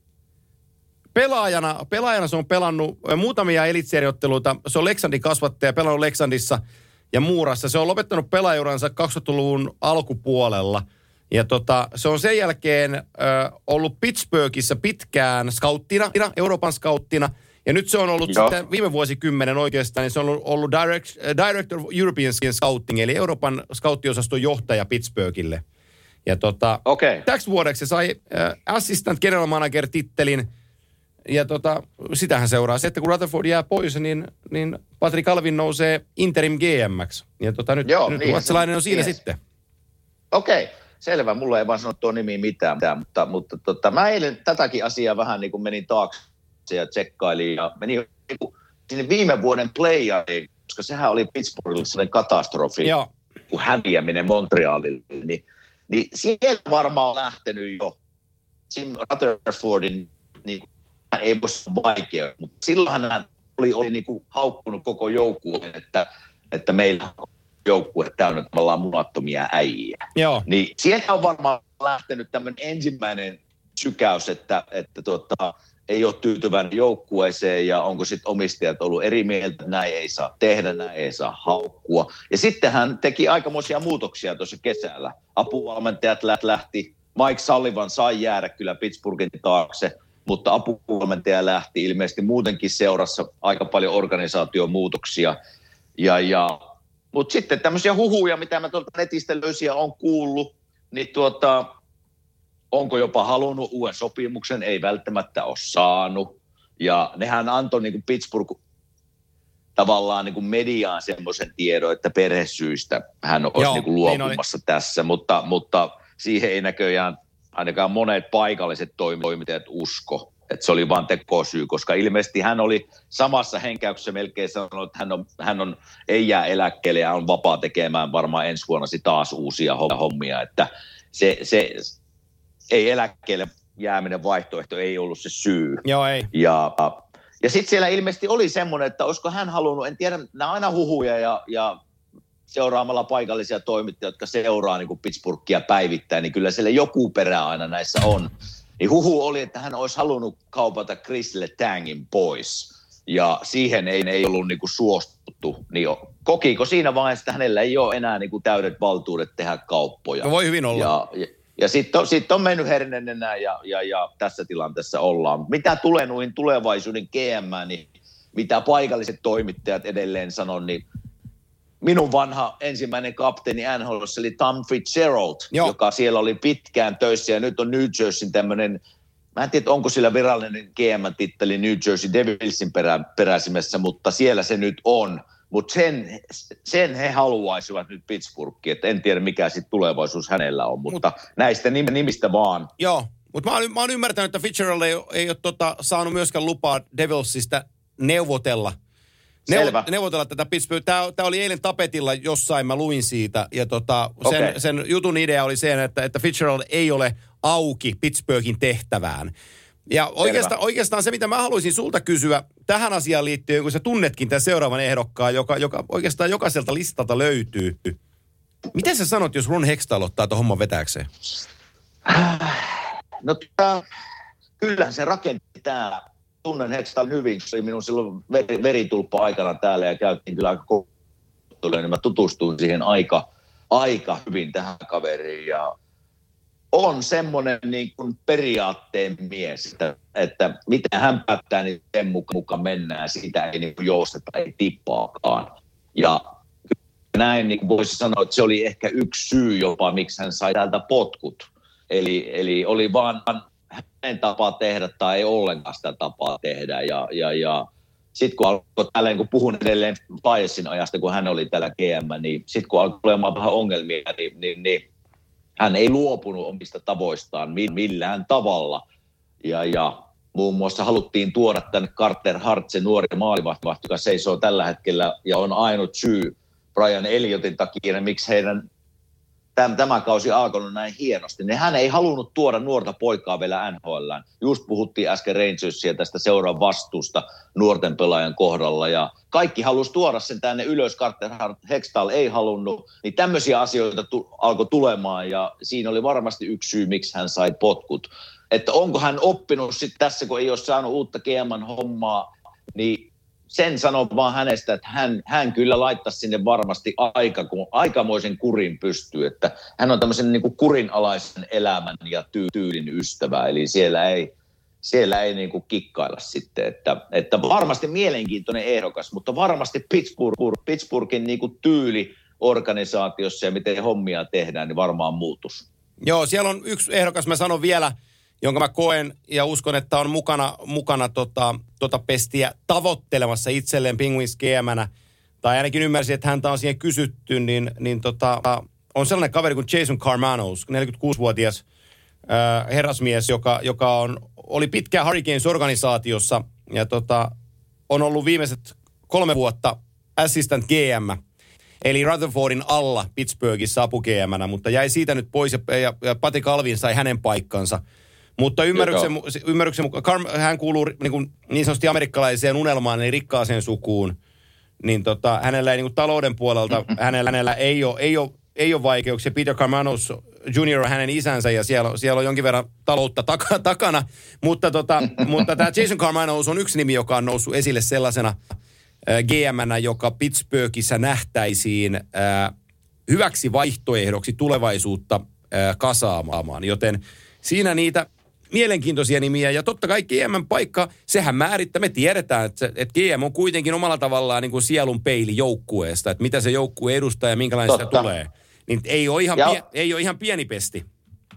pelaajana, pelaajana se on pelannut muutamia elitseriootteluita. Se on Leksandin kasvattaja, pelannut Leksandissa ja Muurassa. Se on lopettanut pelaajuransa kaksituhattaluvun alkupuolella. Ja tota, se on sen jälkeen ö, ollut Pittsburghissa pitkään skauttina, Euroopan skauttina. Ja nyt se on ollut Joo. sitten viime vuosikymmenen oikeastaan, niin se on ollut, ollut direct, uh, Director of European Scouting, eli Euroopan skauttiosaston johtaja Pittsburghille. Ja tota, okay. täksi vuodeksi se sai uh, Assistant General Manager-tittelin. Ja tota, sitähän seuraa se, että kun Rutherford jää pois, niin, niin Patrick Alvin nousee interim G M:ksi. Ja tota, nyt, Joo, nyt niin, ruotsalainen on siinä yes. sitten. Okei, okay. Selvä. Mulla ei vaan sano tuo nimi mitään, mutta, mutta tota, mä eilen tätäkin asiaa vähän niin kuin menin taakse ja tsekkailin ja menin niin kuin sinne viime vuoden playiin, koska sehän oli Pittsburghille sellainen katastrofi, Joo. kun häviäminen Montrealille, niin, niin siellä varmaan on lähtenyt jo Jim Rutherfordin, niin hän ei voi olla vaikea, mutta silloinhan hän oli, oli niin kuin haukkunut koko joukkueen, että, että meillä on joukkue täynnä tavallaan munattomia äijiä. Joo. Niin sieltä on varmaan lähtenyt tämmöinen ensimmäinen sykäys, että, että tuota, ei ole tyytyväinen joukkueeseen ja onko sitten omistajat ollut eri mieltä, näin ei saa tehdä, näin ei saa haukkua. Ja sitten hän teki aikamoisia muutoksia tuossa kesällä. Apuvalmentajat lähti, Mike Sullivan sai jäädä kyllä Pittsburghin taakse, mutta apuvalmentaja lähti ilmeisesti muutenkin seurassa aika paljon organisaatiomuutoksia. Ja, ja, mutta sitten tämmöisiä huhuja, mitä mä tuolta netistä löysin ja on kuullut, niin tuota, onko jopa halunnut uuden sopimuksen, ei välttämättä ole saanut. Ja nehän antoi niin kuin Pittsburgh tavallaan niin kuin mediaan semmoisen tiedon, että perhesyistä hän olisi Joo, niin kuin luopumassa niin tässä, mutta, mutta siihen ei näköjään ainakaan monet paikalliset toimittajat usko, että se oli vain tekosyy, koska ilmeisesti hän oli samassa henkäyksessä melkein sanonut, että hän, on, hän on, ei jää eläkkeelle ja on vapaa tekemään varmaan ensi vuonna taas uusia hommia, että se, se ei eläkkeelle jääminen vaihtoehto ei ollut se syy. Joo, ei. Ja, ja sitten siellä ilmeisesti oli semmoinen, että olisiko hän halunnut, en tiedä, nämä on aina huhuja ja, ja seuraamalla paikallisia toimittajia, jotka seuraa niin kuin Pittsburghia päivittäin, niin kyllä siellä joku perä aina näissä on. Niin huhu oli, että hän olisi halunnut kaupata Chris Letangin pois. Ja siihen ei, ei ollut niin kuin suostuttu. Niin kokiko siinä vaiheessa, että hänellä ei ole enää niin kuin täydet valtuudet tehdä kauppoja. No voi hyvin olla. Ja, ja, ja sitten on, sit on mennyt hernen enää ja, ja, ja tässä tilanteessa ollaan. Mitä tulee noihin tulevaisuuden G M, niin mitä paikalliset toimittajat edelleen sanoo, niin minun vanha ensimmäinen kapteeni N H L:ssä oli Tom Fitzgerald, Joo. joka siellä oli pitkään töissä ja nyt on New Jerseyn tämmöinen, mä en tiedä onko sillä virallinen G M-titteli New Jersey Devilsin perä, peräsimessä, mutta siellä se nyt on. mutta sen, sen he haluaisivat nyt Pittsburghiin, että en tiedä mikä sitten tulevaisuus hänellä on, mutta Mut, näistä nimistä vaan. Joo, mutta mä, mä oon ymmärtänyt, että Fitzgerald ei, ei ole tota, saanut myöskään lupaa Devilsista neuvotella. Selvä. Neuvotella tätä Pittsburgh. Tämä, tämä oli eilen tapetilla jossain, mä luin siitä. Ja tota, sen, okay. sen jutun idea oli se, että, että Fitzgerald ei ole auki Pittsburghin tehtävään. Ja oikeastaan, oikeastaan se, mitä mä haluaisin sulta kysyä tähän asiaan liittyen, kun sä tunnetkin tämän seuraavan ehdokkaan, joka, joka oikeastaan jokaiselta listalta löytyy. Miten sä sanot, jos Ron Hextall ottaa tuon homman vetääkseen? No tää, kyllähän se rakenti täällä. Tunnen Hextall hyvin, se oli minun silloin veritulppa aikana täällä ja käytiin kyllä aika koulutuksella, niin mä tutustuin siihen aika, aika hyvin tähän kaveriin ja on semmoinen niin kuin periaatteen mies, että, että mitä hän päättää, niin sen mukaan, mukaan mennään, siitä ei niin kuin jousteta, ei tippaakaan. Ja näin niin kuin voisi sanoa, että se oli ehkä yksi syy jopa, miksi hän sai täältä potkut. Eli, eli oli vaan hänen tapaa tehdä tai ei ollenkaan sitä tapaa tehdä. Ja, ja, ja sitten kun alkoi tälleen, kun puhun edelleen Flyersin ajasta, kun hän oli täällä G M, niin sitten kun alkoi olemaan vähän ongelmia, niin, niin, niin hän ei luopunut omista tavoistaan millään tavalla. Ja, ja muun muassa haluttiin tuoda tänne Carter Hart, se nuori maalivahti, joka seisoo tällä hetkellä ja on ainut syy Brian Elliotin takia, miksi heidän tämä kausi alkanut näin hienosti. Niin hän ei halunnut tuoda nuorta poikaa vielä N H L:ään. Just puhuttiin äsken Rangersia tästä seuran vastuusta nuorten pelaajan kohdalla. Ja kaikki halusi tuoda sen tänne ylös. Carter Hextall ei halunnut. Niin tämmöisiä asioita tu- alkoi tulemaan. Ja siinä oli varmasti yksi syy, miksi hän sai potkut. Että onko hän oppinut sitten tässä, kun ei ole saanut uutta G M-hommaa, niin sen sanon vaan hänestä, että hän, hän kyllä laittaisi sinne varmasti aika, kun aikamoisen kurin pystyy, että hän on tämmöisen niin kuin kurinalaisen elämän ja tyylin ystävä, eli siellä ei, siellä ei niin kuin kikkailla sitten, että, että varmasti mielenkiintoinen ehdokas, mutta varmasti Pittsburgh, Pittsburghin niin kuin tyyli organisaatiossa ja miten hommia tehdään, niin varmaan muutus. Joo, siellä on yksi ehdokas, mä sanon vielä, jonka mä koen ja uskon, että on mukana, mukana tota, tota pestiä tavoittelemassa itselleen Penguins G M:nä. Tai ainakin ymmärsin, että häntä on siihen kysytty, niin, niin tota, on sellainen kaveri kuin Jason Karmanos, neljäkymmentäkuusivuotias äh, herrasmies, joka, joka on, oli pitkään Hurricanes-organisaatiossa ja tota, on ollut viimeiset kolme vuotta assistant G M, eli Rutherfordin alla Pittsburghissa apu G M:nä, mutta jäi siitä nyt pois ja, ja, ja Pati Calvin sai hänen paikkansa. Mutta ymmärryksen, ymmärryksen mukaan, hän kuuluu niin, kuin, niin sanotusti amerikkalaiseen unelmaan, eli rikkaaseen sukuun, niin tota, hänellä ei niin kuin talouden puolelta, hänellä, hänellä ei, ole, ei, ole, ei ole vaikeuksia. Peter Karmanos junior on hänen isänsä ja siellä, siellä on jonkin verran taloutta taka, takana, mutta, tota, mutta tämä Jason Karmanos on yksi nimi, joka on noussut esille sellaisena äh, G M:nä, joka Pittsburghissa nähtäisiin äh, hyväksi vaihtoehdoksi tulevaisuutta äh, kasaamaan, joten siinä niitä mielenkiintoisia nimiä, ja totta kai G M:n paikka, sehän määrittää, me tiedetään, että, että G M on kuitenkin omalla tavallaan niin kuin sielun peili joukkueesta, että mitä se joukkue edustaa ja minkälainen sitä tulee. Niin ei ole, ihan pie, ei ole ihan pieni pesti.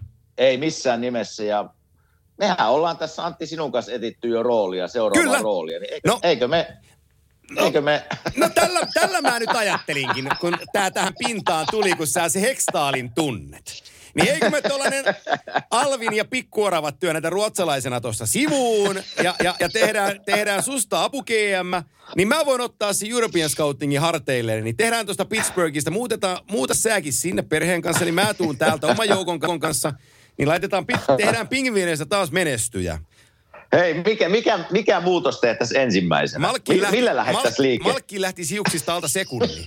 Ei missään nimessä, ja mehän ollaan tässä Antti sinun kanssa etitty jo roolia, seuraavaa Kyllä. roolia, niin eikö, no. eikö me... No, Eikö me... no tällä, tällä mä nyt ajattelinkin, kun tää tähän pintaan tuli, kun sä se Hextallin tunnet. Niin eikö me tuollainen Alvin ja pikkuoravat työ näitä ruotsalaisena tuossa sivuun ja, ja, ja tehdään, tehdään susta apu G M, niin mä voin ottaa se European Scoutingin harteille, niin tehdään tuosta Pittsburghista, muutetaan, muuta sääkin sinne perheen kanssa, niin mä tuun täältä oman joukon kanssa, niin laitetaan, tehdään pingviineistä taas menestyjä. Hei, mikä, mikä, mikä muutos tehtäisiin ensimmäisenä? Malkki lähti, Millä lähdettäisiin liikkeelle? Malkki lähti siuksista alta sekunnin.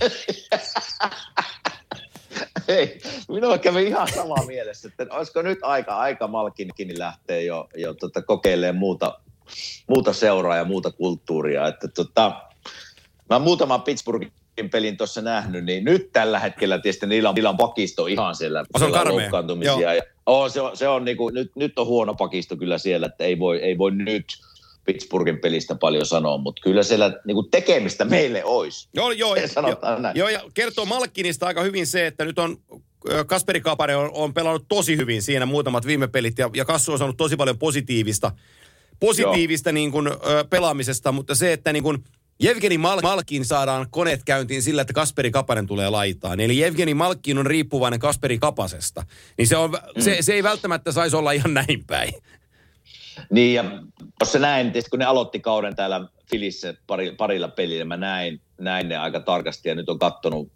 Hei, minulla kävi ihan samaa mielessä, että olisiko nyt aika, aika Malkinkin lähteä jo, jo tota, kokeilemaan muuta, muuta seuraa ja muuta kulttuuria. Että, tota, mä oon muutaman Pittsburghin pelin tuossa nähnyt, niin nyt tällä hetkellä tietysti niillä on, niillä on pakisto ihan siellä. Se on karmea. Ja, oh, se on, se on niinku, nyt, nyt on huono pakisto kyllä siellä, että ei voi, ei voi nyt Pittsburghin pelistä paljon sanoa, mutta kyllä siellä niinku tekemistä meille olisi. Joo, joo, jo, joo, ja kertoo Malkinista aika hyvin se, että nyt on Kasperi Kapanen on, on pelannut tosi hyvin siinä muutamat viime pelit, ja, ja Kassu on saanut tosi paljon positiivista, positiivista niin kuin, ö, pelaamisesta, mutta se, että niin kuin, Jevgeni Mal- Malkin saadaan koneet käyntiin sillä, että Kasperi Kapanen tulee laitaan. Eli Jevgeni Malkin on riippuvainen Kasperi Kapasesta. Niin se, on, mm. se, se ei välttämättä saisi olla ihan näin päin. Niin, ja tuossa näin, kun ne aloitti kauden täällä Filissä pari, parilla pelillä, mä näin, näin ne aika tarkasti ja nyt on katsonut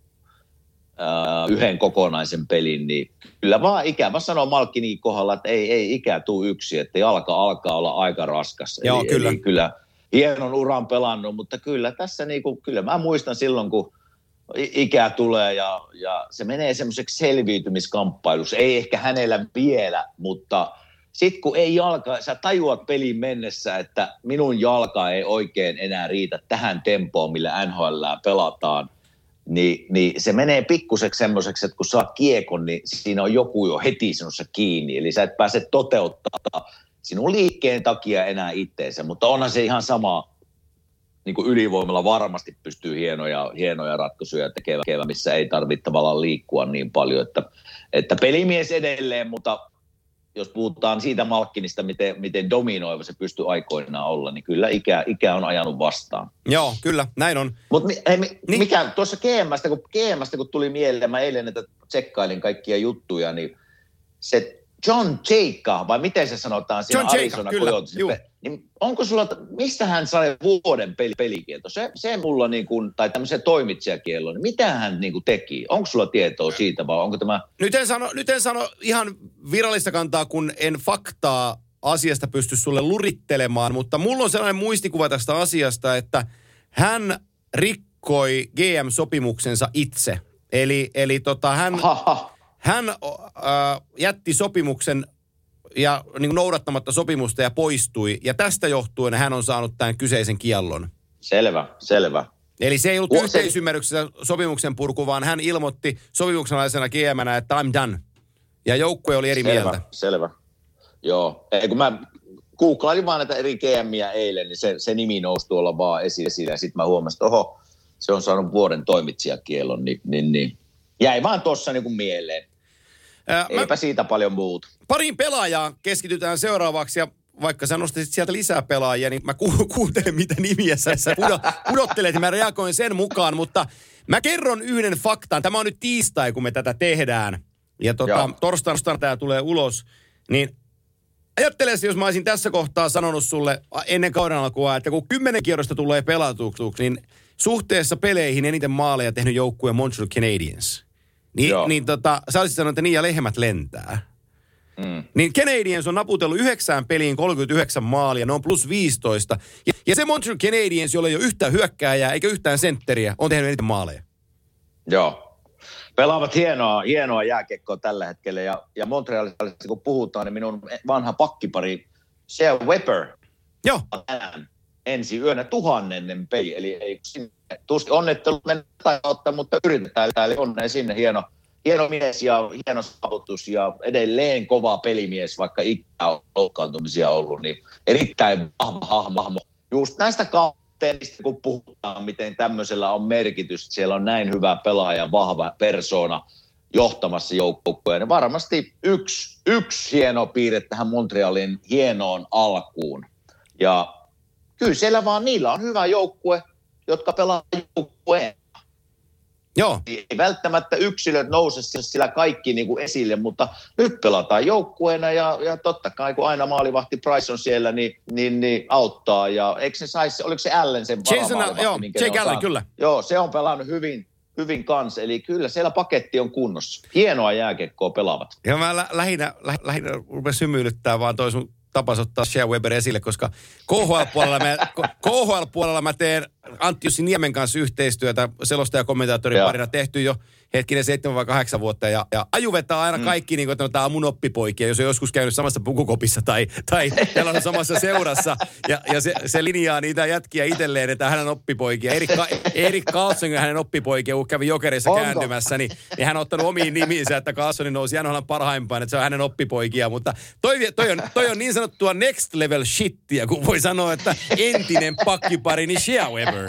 äh, yhden kokonaisen pelin, niin kyllä vaan ikävä sanoa Malkkinin kohdalla, että ei, ei ikä tule yksi, että jalka alkaa olla aika raskas. Joo, eli, kyllä. Eli kyllä hienon uran pelannut, mutta kyllä tässä niinku, kyllä mä muistan silloin, kun ikää tulee ja, ja se menee semmoiseksi selviytymiskamppailuksi. Ei ehkä hänellä vielä, mutta sitten kun ei jalka, sä tajuat pelin mennessä, että minun jalka ei oikein enää riitä tähän tempoon, millä N H L pelataan, niin, niin se menee pikkuseksi semmoiseksi, että kun saat kiekon, niin siinä on joku jo heti sinussa kiinni. Eli sä et pääse toteuttaa sinun liikkeen takia enää itteensä, mutta onhan se ihan sama, niin kuin ylivoimalla varmasti pystyy hienoja, hienoja ratkaisuja tekemään, missä ei tarvitse tavallaan liikkua niin paljon, että, että pelimies edelleen, mutta jos puhutaan siitä Malkkinista, miten, miten dominoiva se pystyy aikoinaan olla, niin kyllä ikä, ikä on ajanut vastaan. Joo, kyllä, näin on. Mutta mi, niin. mikä tuossa G M:stä, kun, G M:stä, kun tuli mieleen, mä eilen näitä tsekkailin kaikkia juttuja, niin se John Chayka, vai miten se sanotaan siinä John Arizona Chayka, Coyotes, niin onko sulla, mistä hän sai vuoden peli, pelikielto? Se, se mulla niin kuin, tai tämmöisen toimitsijakiellon, niin mitä hän niin kuin teki? Onko sulla tietoa siitä vai onko tämä? Nyt en sano, nyt en sano ihan virallista kantaa, kun en faktaa asiasta pysty sulle lurittelemaan, mutta mulla on sellainen muistikuva tästä asiasta, että hän rikkoi G M-sopimuksensa itse. Eli, eli tota, hän, hän äh, jätti sopimuksen ja niin kuin noudattamatta sopimusta ja poistui. Ja tästä johtuen hän on saanut tämän kyseisen kiellon. Selvä, selvä. Eli se ei ollut O, yhteisymmärryksessä sopimuksen purku, vaan hän ilmoitti sopimuksenalaisena G M:nä, että I'm done. Ja joukkue oli eri selvä, mieltä. Selvä, joo. Ei, kun mä googlailin vaan näitä eri G M:iä eilen, niin se, se nimi nousi tuolla vaan esille. Ja sitten mä huomasin, että oho, se on saanut vuoden toimitsijakiellon, niin, niin, niin. Jäi vaan tuossa niin kuin mieleen. Ää, Eipä mä... siitä paljon muuta. Pariin pelaajaa keskitytään seuraavaksi ja vaikka sä nostaisit sieltä lisää pelaajia, niin mä ku- kuuntelen mitä nimiä sä, sä pudo- pudottelet ja mä reagoin sen mukaan, mutta mä kerron yhden faktan. Tämä on nyt tiistai, kun me tätä tehdään ja tota, torstaina tämä tulee ulos, niin ajattele, jos mä olisin tässä kohtaa sanonut sulle ennen kauden alkua, että kun kymmenen kierrosta tulee pelatuksi, niin suhteessa peleihin eniten maaleja tehnyt joukkue Montreal Canadiens. Niin, niin tota, sä olisit sanonut, että niin ja lehmät lentää. Mm. Niin Canadiens on naputellut yhdeksään peliin kolmekymmentäyhdeksän maalia, ne on plus viisitoista. Ja, ja se Montreal Canadiens, jolla ei ole yhtään hyökkääjää eikä yhtään sentteriä, on tehnyt eniten maaleja. Joo. Pelaavat hienoa, hienoa jääkiekkoa tällä hetkellä. Ja, ja Montrealissa, kun puhutaan, niin minun vanha pakkipari Shea Weber. Joo. Ensi yönä tuhannennen peli. Eli ei tuskin onnettelu mennä ottaa, mutta yritetään. Eli onneen sinne hieno. Hieno mies ja hieno saavutus ja edelleen kova pelimies, vaikka ikään on loukkaantumisia ollut, niin erittäin vahva hahmo. Just näistä kaupteista, kun puhutaan, miten tämmöisellä on merkitys, siellä on näin hyvä pelaaja, vahva persoona johtamassa joukkueen. Niin varmasti yksi, yksi hieno piirre tähän Montrealin hienoon alkuun. Ja kyllä siellä vaan niillä on hyvä joukkue, jotka pelaa joukkueen. Joo. Ei välttämättä yksilöt nouse sillä kaikki niin kuin esille, mutta nyt pelataan joukkueena ja, ja totta kai kun aina maalivahti Price on siellä, niin, niin, niin auttaa. Ja eikö se saisi, oliko se Allen sen varamaalivahti? Joo, Jake Allen, kyllä. Joo, se on pelannut hyvin, hyvin kanssa, eli kyllä siellä paketti on kunnossa. Hienoa jääkiekkoa pelaavat. Ja mä lä- lähinnä, lä- lähinnä rupesin symyilyttää vaan toi sun tapas ottaa Shea Weber esille, koska K H L-puolella mä, K H L-puolella mä teen Antti Jussi Niemen kanssa yhteistyötä selostajakommentaattorin parina tehty jo hetkinen seitsemän vai kahdeksan vuotta ja, ja Aju vetää aina kaikki, mm. niin kuin, että tämä on mun oppipoikia, jos on joskus käynyt samassa pukukopissa tai, tai pelannut samassa seurassa ja, ja se, se linjaa niitä jätkiä itselleen, että hänen oppipoikia. Erik, Erik Karlsson, hänen oppipoikia, kun kävi Jokerissa Onko? kääntymässä, niin, niin hän on ottanut omiin nimiinsä, että Karlssonin nousi N H L:n parhaimpaan, että se on hänen oppipoikia, mutta toi, toi, on, toi on niin sanottua next level shittiä, kun voi sanoa, että entinen pakkipari, niin Shea Weber.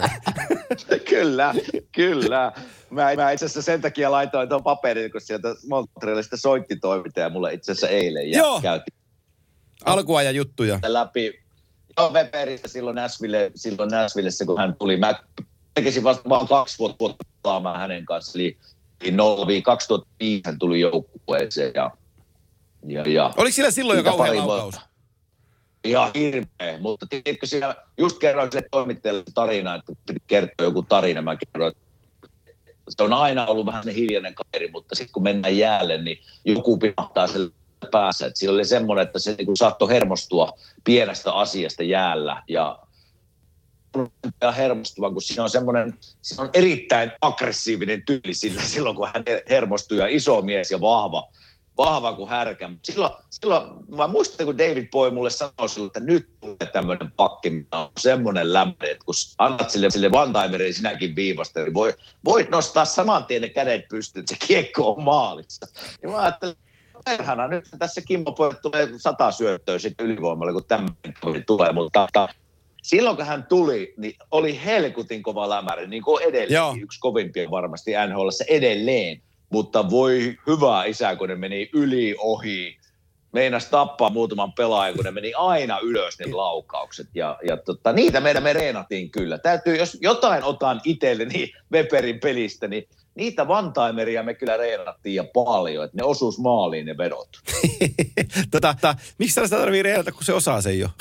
Kyllä, kyllä. Mä, mä itse asiassa sen takia laitoin tuon paperin, kun sieltä Montrealista soitti toimittaja mulle itse asiassa eilen. Ja Joo, käytiin alkuajan juttuja. Läpi. Joo, Weberistä silloin Nashville, silloin Nashvillessä, kun hän tuli. Mä tekisin vasta vaan kaksi vuotta, vuotta pelaamaan hänen kanssa. Eli nolla kaksituhattaviisi hän tuli joukkueeseen. Ja, ja, ja oliko sillä silloin jo kauhean laukaus? Ihan hirveä, mutta tiedätkö siinä, just kerroin sille toimittajalle tarinaa, että kertoo joku tarina, mä kerroin, se on aina ollut vähän se hiljainen kaveri, mutta sitten kun mennään jäälle, niin joku pihahtaa sen päässä. Että siinä oli semmoinen, että se niin saattoi hermostua pienestä asiasta jäällä. Ja, ja hermostuvan, kun siinä on semmoinen, siinä on erittäin aggressiivinen tyyli sillä, silloin, kun hän hermostuu ja iso mies ja vahva. Vahva kuin härkä. Silloin, silloin mä muistan, kun David Boy mulle sanoi silloin, että nyt tulee tämmöinen pakki, mikä on semmoinen lämpö, että kun annat sille, sille one-timeriin sinäkin viivasta, niin voi, voit nostaa saman tien ne kädet pystyyn, että se kiekko on maalissa. Ja mä ajattelin, perhana, nyt tässä Kimmo Pojat tulee sata syöttöä sitten ylivoimalle, kun tämmöinen tulee, mutta silloin kun hän tuli, niin oli helkutin kova lämäri, niin kuin edelleen, yksi kovimpia varmasti N H L:ssä edelleen. Mutta voi hyvä isä, kun ne meni yli, ohi. Meinas tappaa muutaman pelaajan, kun ne meni aina ylös ne laukaukset. Ja, ja tota, niitä meidän me reenattiin kyllä. Täytyy, jos jotain otan itselleni Weberin pelistä, niin niitä one-timeria me kyllä reenattiin ja paljon. Että ne osuus maaliin ne vedot. tota, ta, miksi sellaista tarvii reenata, kun se osaa sen jo?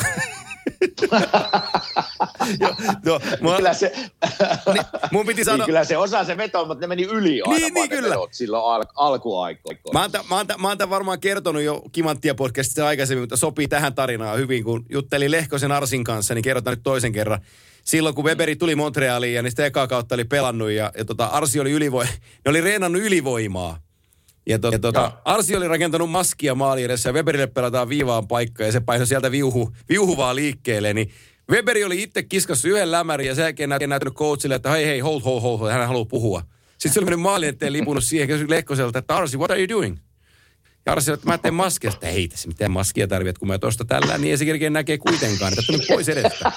jo, jo, mua, kyllä se, niin, mun piti sanoa, niin kyllä se osaa se veto, mutta ne meni yli aina niin, niin, kyllä. Vedot silloin al, alkuaikoina. Mä oon, mä, oon, mä oon tämän varmaan kertonut jo Kimanttia podcastissa aikaisemmin, mutta sopii tähän tarinaan hyvin, kun juttelin Lehkosen Arsin kanssa, niin kerrotaan nyt toisen kerran. Silloin kun Weberi tuli Montrealiin ja niistä ekaa kautta oli pelannut ja, ja tota, Arsi oli ylivoimaa, ne oli reenannut ylivoimaa. Ja, to, ja tota, Arsi oli rakentanut maskia maali edessä ja Weberille pelataan viivaan paikkaa ja se painoi sieltä viuhu, viuhuvaa liikkeelle. Niin Weberi oli itse kiskassa yhden lämärin ja sen jälkeen näyttänyt coachille, että hei hei, hold, hold, hold, hän haluaa puhua. Sitten se oli mennyt maalin eteen lipunut siihen, kysyi Lehkoselta, että Arsi, what are you doing? Ja Arsi, että mä teen maskia. Sitten ei tässä mitään maskia tarvitse, kun mä tosta tällä, niin ei se kerkeä näkee kuitenkaan, että tuli pois edestä.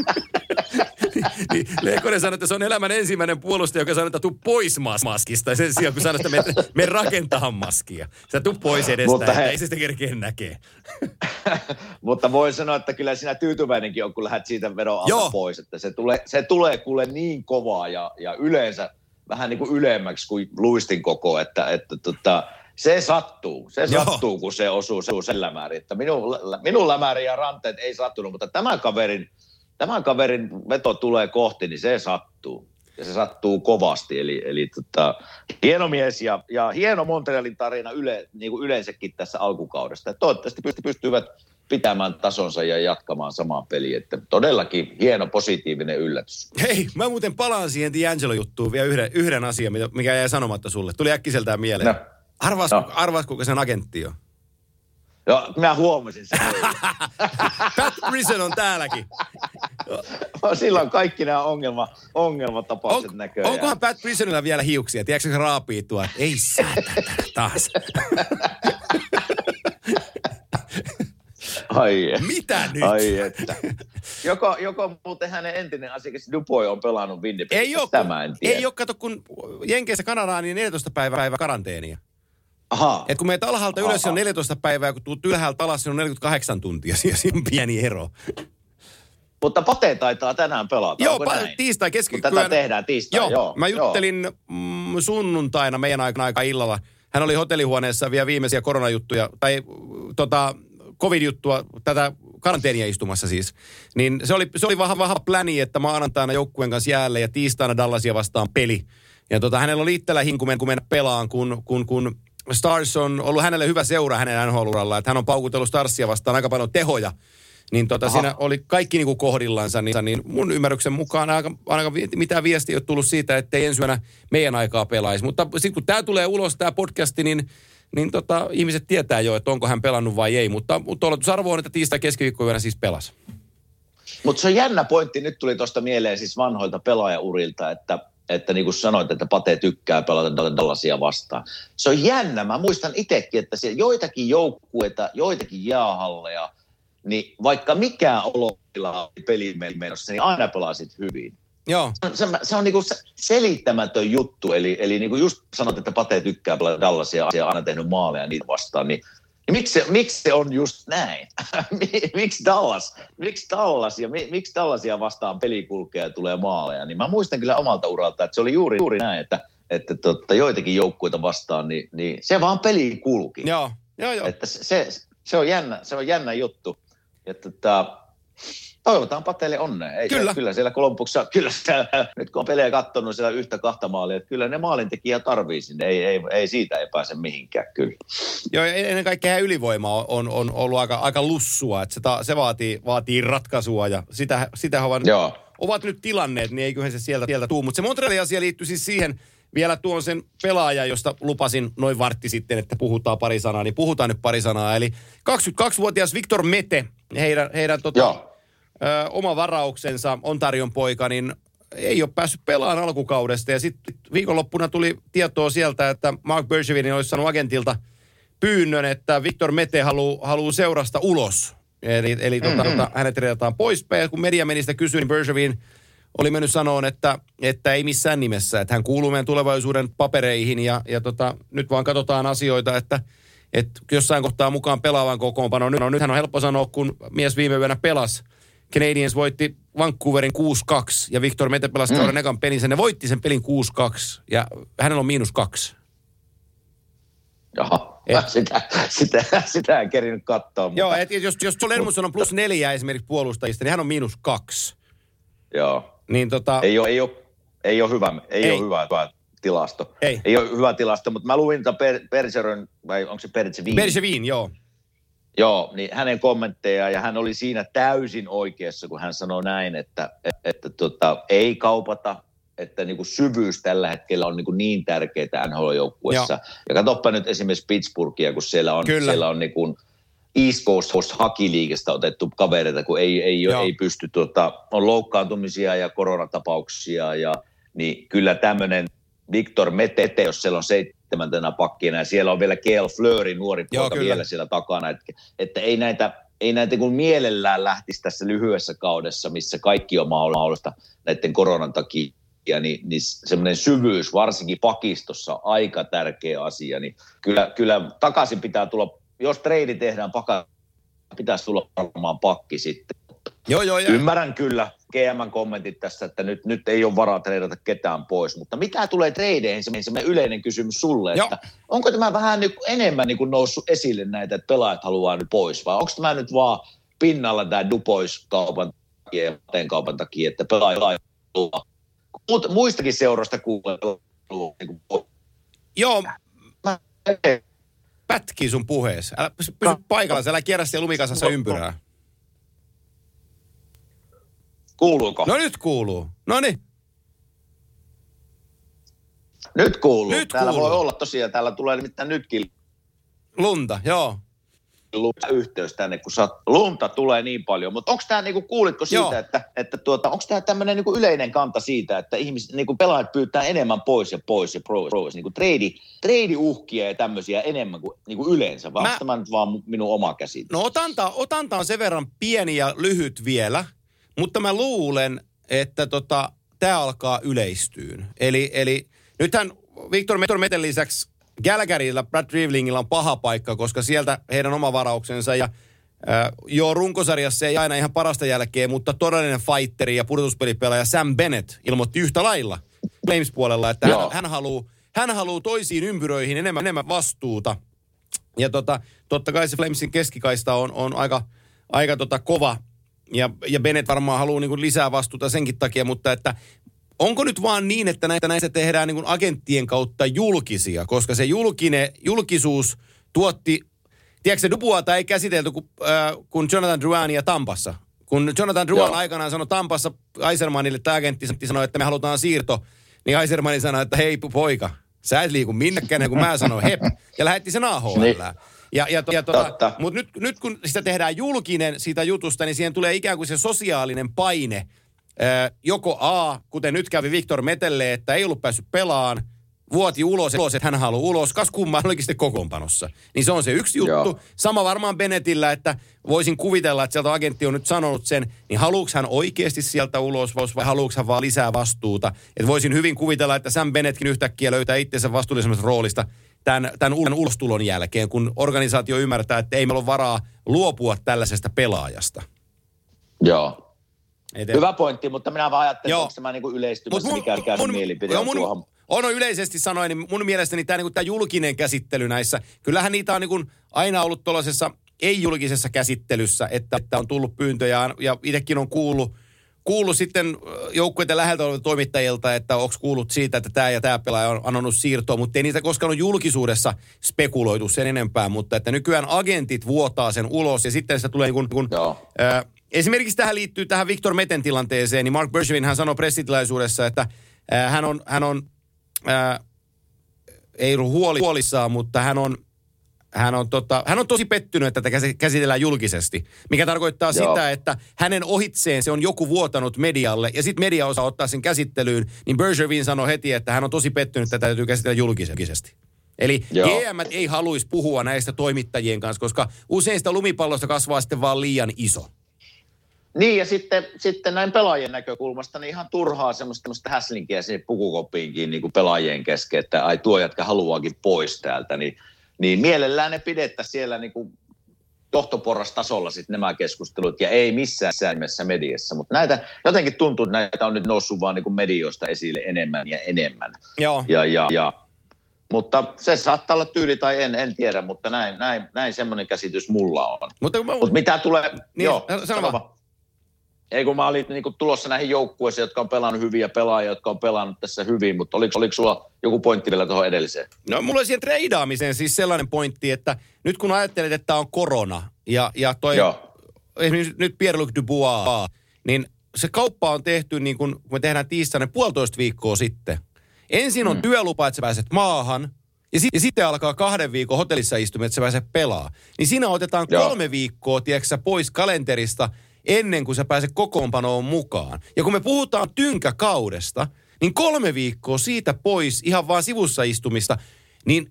Niin Lehkonen sanoi, että se on elämän ensimmäinen puolustaja, joka sanoi, että tuu pois maskista. Ja sen sijaan, kun sanoi, että me, me rakentaa maskia. Sä tuu pois edestä, mutta että he... ei se sitä kerkeä näkee. Mutta voi sanoa, että kyllä sinä tyytyväinenkin on, kun lähdet siitä vedon alta pois. Että se tulee, se tulee kuule niin kovaa ja, ja yleensä vähän niin kuin ylemmäksi kuin luistin koko, että, että tota, se sattuu. Se Joo. sattuu, kun se osuu, se osuu sen lämäärin. Että minun, minun lämäärin ja ranteet ei sattunut, mutta tämän kaverin Tämän kaverin veto tulee kohti, niin se sattuu. Ja se sattuu kovasti. Eli, eli tota, hieno mies ja, ja hieno Montrealin tarina yle, niin kuin yleensäkin tässä alkukaudesta. Ja toivottavasti pystyvät pitämään tasonsa ja jatkamaan samaa peliä. Että todellakin hieno positiivinen yllätys. Hei, mä muuten palaan siihen D'Angelo-juttuun vielä yhden, yhden asian, mikä jäi sanomatta sulle. Tuli äkkiseltään mieleen. No. Arvaas, no. arvaas, kuka sen agentti on? Joo, mä huomasin sen. Pat Brisson on täälläkin. Silloin kaikki nämä ongelma, ongelmatapaukset on, näköjään. Onkohan Pat Brissonilla vielä hiuksia? Tiedätkö se raapii tuo? Ei säätä taas. Ai mitä nyt? Ai että. Joko, joko muuten hänen entinen asiakas Dubois on pelannut Winnipegissä? Ei ole, Tämä en tiedä. Ei ole, kato kun Jenkeissä Kanadaan niin neljätoista päivää päivä karanteenia. Aha. Et kun meet alhaalta ylös, se on neljätoista päivää, kun tuut ylhäältä alas, se on neljäkymmentäkahdeksan tuntia. Siinä on pieni ero. Mutta Pate taitaa tänään pelata, Joo, pa- tiistai keskikyynä. Tätä tehdään tiistai, joo. joo mä juttelin joo. Mm, sunnuntaina meidän aika, aika illalla. Hän oli hotellihuoneessa vielä viimeisiä koronajuttuja, tai tota, covid-juttua, tätä karanteenia istumassa siis. Niin se oli, se oli vahva, vahva pläni, että maanantaina joukkueen kanssa jäälle ja tiistaina Dallasia vastaan peli. Ja tota, hänellä oli itsellä hinku mennä pelaan, kun... kun, kun Stars on ollut hänelle hyvä seura hänen N H L-uralla, että hän on paukutellut Starsia vastaan aika paljon tehoja. Niin tota, siinä oli kaikki niinku kohdillansa, niin, niin mun ymmärryksen mukaan aika, aika mitään viestiä ei ole tullut siitä, ettei ensi yönä meidän aikaa pelaisi. Mutta sitten kun tämä tulee ulos, tämä podcasti, niin, niin tota, ihmiset tietää jo, että onko hän pelannut vai ei. Mutta, mutta oletusarvo on, että tiistai keskiviikkoyönä siis pelasi. Mutta se on jännä pointti, nyt tuli tuosta mieleen siis vanhoilta pelaajaurilta, että että niin kuin sanoit, että Pate tykkää pelata Dallasia vastaan. Se on jännä. Mä muistan itsekin, että siellä joitakin joukkueita, joitakin jäähalleja, niin vaikka mikään olotila oli peliin menossa, niin aina pelasit hyvin. Joo. Se, se on niin kuin selittämätön juttu. Eli, eli niin kuin just sanot, että Pate tykkää pelata Dallasia ja aina tehnyt maaleja niitä vastaan, niin Niin miksi, se, miksi se on just näin? miksi Dallas? Miksi Dallas ja mi, miksi Dallasia vastaan peli kulkee ja tulee maaleja? Niin mä muistan kyllä omalta uralta, että se oli juuri, juuri näin, että, että totta, joitakin joukkueita vastaan, niin, niin se vaan peli kulki. Joo, joo, joo. Että se, se, on jännä, se on jännä juttu. Että tota, toivotaan Patelle onnea. Ei kyllä. Se, kyllä siellä Kolumbuksessa, kyllä siellä, nyt kun on pelejä katsonut siellä yhtä kahta maalia, että kyllä ne maalintekijät tarvii sinne. Ei, ei, ei siitä ei pääse mihinkään, kyllä. Joo, ennen kaikkea ylivoima on, on, on ollut aika, aika lussua, että se, ta, se vaatii, vaatii ratkaisua ja sitä, sitä ovat, ovat nyt tilanneet, niin eiköhän se sieltä, sieltä tuu. Mutta se Montrealin asia liittyy siis siihen, vielä tuon sen pelaajan, josta lupasin noin vartti sitten, että puhutaan pari sanaa, niin puhutaan nyt pari sanaa. Eli kaksikymmentäkaksivuotias Victor Mete, heidän, heidän tota, ö, oma varauksensa, Ontarion poika, niin ei ole päässyt pelaamaan alkukaudesta. Ja sitten viikonloppuna tuli tietoa sieltä, että Mark Bergevin olisi saanut agentilta pyynnön, että Victor Mete haluaa haluu seurasta ulos. Eli, eli mm-hmm. tota, hänet redataan pois. Ja kun media meni sitä kysyä, niin Bergevin oli mennyt sanoon, että, että ei missään nimessä, että hän kuuluu meidän tulevaisuuden papereihin ja, ja tota, nyt vaan katsotaan asioita, että, että jossain kohtaa mukaan pelaavan kokoonpano. No, nythän on helppo sanoa, kun mies viime yönä pelasi. Canadiens voitti Vancouverin kuusi kaksi ja Victor Mete pelasi mm. kauden ekan pelin. Ne voitti sen pelin kuusi kaksi ja hänellä on miinus kaksi. Jaha, et. sitä, sitä, sitä en kerinyt katsoa. Joo, mutta... et jos, jos Joel Edmundson on plus neljä esimerkiksi puolustajista, niin hän on miinus kaksi. Joo. Niin tota... Ei ole, ei ole, ei ole hyvä, ei ei. Ole hyvä, hyvä tilasto. Ei. ei ole hyvä tilasto, mutta mä luin tämän per, Bergeron, vai onko se Bergevin? Bergevin, joo. Joo, niin hänen kommentteja, ja hän oli siinä täysin oikeassa, kun hän sanoi näin, että, että, että tota, ei kaupata, että niin kuin syvyys tällä hetkellä on niin, kuin niin tärkeää N H L-joukkuessa. Joo. Ja katsoppa nyt esimerkiksi Pittsburghia, kun siellä on, siellä on niin kuin East Coast Hockey-liigasta otettu kavereita, kun ei, ei, ei pysty, tuota, on loukkaantumisia ja koronatapauksia, ja niin kyllä tämmöinen Victor Mete, jos siellä on seitsemäntenä pakkina, ja siellä on vielä Cale Fleury, nuori poika vielä siellä takana, että, että ei näitä, ei näitä kun mielellään lähtisi tässä lyhyessä kaudessa, missä kaikki on mahdollista näiden koronan takia, niin, niin semmoinen syvyys, varsinkin pakistossa, aika tärkeä asia, niin kyllä, kyllä takaisin pitää tulla. Jos treidi tehdään, paka, pitäisi tulla varmaan pakki sitten. Joo, joo, joo. Ymmärrän kyllä G M:n kommentit tässä, että nyt, nyt ei ole varaa treidata ketään pois. Mutta mitä tulee treideihin, se yleinen kysymys sulle, joo. Että onko tämä vähän niin, enemmän niin kuin noussut esille näitä, että pelaajat haluaa nyt pois? Vai onko tämä nyt vaan pinnalla tämä Dubois-kaupan takia ja Maten-kaupan takia, että pelaajat haluaa? Muistakin seurasta kuulee. Niin joo. Mä... Pätkii sun puheessa. Älä pysy paikalla, älä kierrä siellä lumikasassa ympyrää. Kuuluuko? No nyt kuuluu. No niin. Nyt kuuluu. Nyt täällä kuuluu. Voi olla tosiaan, täällä tulee nimittäin nytkin lunta, joo. Yhteys tänne, kun sat... lunta tulee niin paljon. Mutta onko tämä, niinku, kuulitko siitä, joo. että, että tuota, onko tämä tämmöinen niinku yleinen kanta siitä, että ihmiset, niinku pelaajat pyytää enemmän pois ja pois ja pois, pois niinku treidi, treidiuhkia ja tämmöisiä enemmän kuin niinku yleensä, vai Mä... onko tämä nyt vaan minun oma käsitys? No otanta, otanta on sen verran pieni ja lyhyt vielä, mutta mä luulen, että tota, tämä alkaa yleistyyn. Eli, eli nythän Victor Meten lisäksi Gallagherilla, Brad Rivlingilla on paha paikka, koska sieltä heidän oma varauksensa ja äh, joo, runkosarjassa ei aina ihan parasta jälkeen, mutta todellinen fighteri ja pudotuspelipelaaja Sam Bennett ilmoitti yhtä lailla Flames-puolella, että hän, hän haluaa hän haluu toisiin ympyröihin enemmän, enemmän vastuuta. Ja tota, totta kai se Flamesin keskikaista on, on aika, aika tota kova ja, ja Bennett varmaan haluaa niinku lisää vastuuta senkin takia, mutta että onko nyt vaan niin, että näitä näistä tehdään niin kuin agenttien kautta julkisia, koska se julkine, julkisuus tuotti, tiedätkö se Dubuata ei käsitelty kuin, äh, kun Jonathan Drouinia Tampassa. Kun Jonathan Drouin aikanaan sanoi Tampassa Yzermanille, että agentti sanoi, että me halutaan siirto, niin Yzerman sanoi, että hei poika, sä et liiku minnekään, kun mä sanoin hep, ja lähetti sen A H L. Niin. Ja, ja, ja tota, mutta nyt, nyt kun sitä tehdään julkinen siitä jutusta, niin siihen tulee ikään kuin se sosiaalinen paine, joko A, kuten nyt kävi Victor Metelle, että ei ollut päässyt pelaan, vuoti ulos, että hän haluaa ulos, kas kumman olikin sitten kokoonpanossa. Niin se on se yksi juttu. Joo. Sama varmaan Bennettillä, että voisin kuvitella, että sieltä agentti on nyt sanonut sen, niin haluuks hän oikeasti sieltä ulos vai haluuks hän vaan lisää vastuuta. Että voisin hyvin kuvitella, että Sam Bennettkin yhtäkkiä löytää itsensä vastuullisemmasta roolista tämän, tämän ulostulon jälkeen, kun organisaatio ymmärtää, että ei meillä ole varaa luopua tällaisesta pelaajasta. Joo. Eteen. Hyvä pointti, mutta minä vaan ajattelin, että onko tämä niinku yleistymässä, mikä käy mielipide on tuohon. On, on yleisesti sanoen, niin mun mielestäni tämä, niin tämä julkinen käsittely näissä, kyllähän niitä on niin aina ollut tuollaisessa ei-julkisessa käsittelyssä, että, että on tullut pyyntöjä ja itsekin on kuullut, kuullut sitten joukkueiden läheltä olevilta toimittajilta, että onko kuullut siitä, että tämä ja tämä pelaaja on anonut siirtoa, mutta ei niitä koskaan ole julkisuudessa spekuloitu sen enempää, mutta että nykyään agentit vuotaa sen ulos ja sitten sitä tulee niin kuin, äh, esimerkiksi tähän liittyy tähän Victor Meten tilanteeseen, niin Mark Bergevin hän sanoi pressitilaisuudessa, että äh, hän on, hän on Ää, ei ole huoli, huolissaan, mutta hän on, hän, on tota, hän on tosi pettynyt, että tätä käsitellään julkisesti. Mikä tarkoittaa Joo. sitä, että hänen ohitseen se on joku vuotanut medialle ja sitten media osaa ottaa sen käsittelyyn, niin Bergevin sanoi heti, että hän on tosi pettynyt, että tätä täytyy käsitellä julkisesti. Eli Joo. G M ei haluaisi puhua näistä toimittajien kanssa, koska usein sitä lumipallosta kasvaa sitten vaan liian iso. Niin, ja sitten, sitten näin pelaajien näkökulmasta niin ihan turhaa semmoista, semmoista häslinkiä sinne pukukoppiinkin niin kuin pelaajien kesken, että ai tuo jätkä haluaakin pois täältä, niin, niin mielellään ne pidettäisiin siellä niin kuin johtoporrastasolla sitten nämä keskustelut, ja ei missään nimessä mediassa, mutta näitä jotenkin tuntuu, että näitä on nyt noussut vaan niin kuin medioista esille enemmän ja enemmän. Joo. Ja, ja, ja, mutta se saattaa olla tyyli tai en, en tiedä, mutta näin, näin, näin semmoinen käsitys mulla on. Mutta, mutta mitä tulee... Niin, joo, sano vaan. Ei kun mä olin niin kuin tulossa näihin joukkueisiin, jotka on pelannut hyviä pelaajia, jotka on pelannut tässä hyvin, mutta oliko, oliko sulla joku pointti vielä tuohon edelliseen? No mulla on siihen treidaamiseen siis sellainen pointti, että nyt kun ajattelet, että on korona ja, ja toi esimerkiksi nyt Pierre-Luc Dubois, niin se kauppa on tehty niin kuin me tehdään tiistaina puolitoista viikkoa sitten. Ensin on mm. työlupa, että sä pääset maahan ja, sit, ja sitten alkaa kahden viikon hotellissa istuminen, että sä pääset pelaa. Niin siinä otetaan Joo. kolme viikkoa, tiedätkö, pois kalenterista ennen kuin sä pääset kokoonpanoon mukaan. Ja kun me puhutaan tynkäkaudesta, niin kolme viikkoa siitä pois ihan vaan sivussa istumista, niin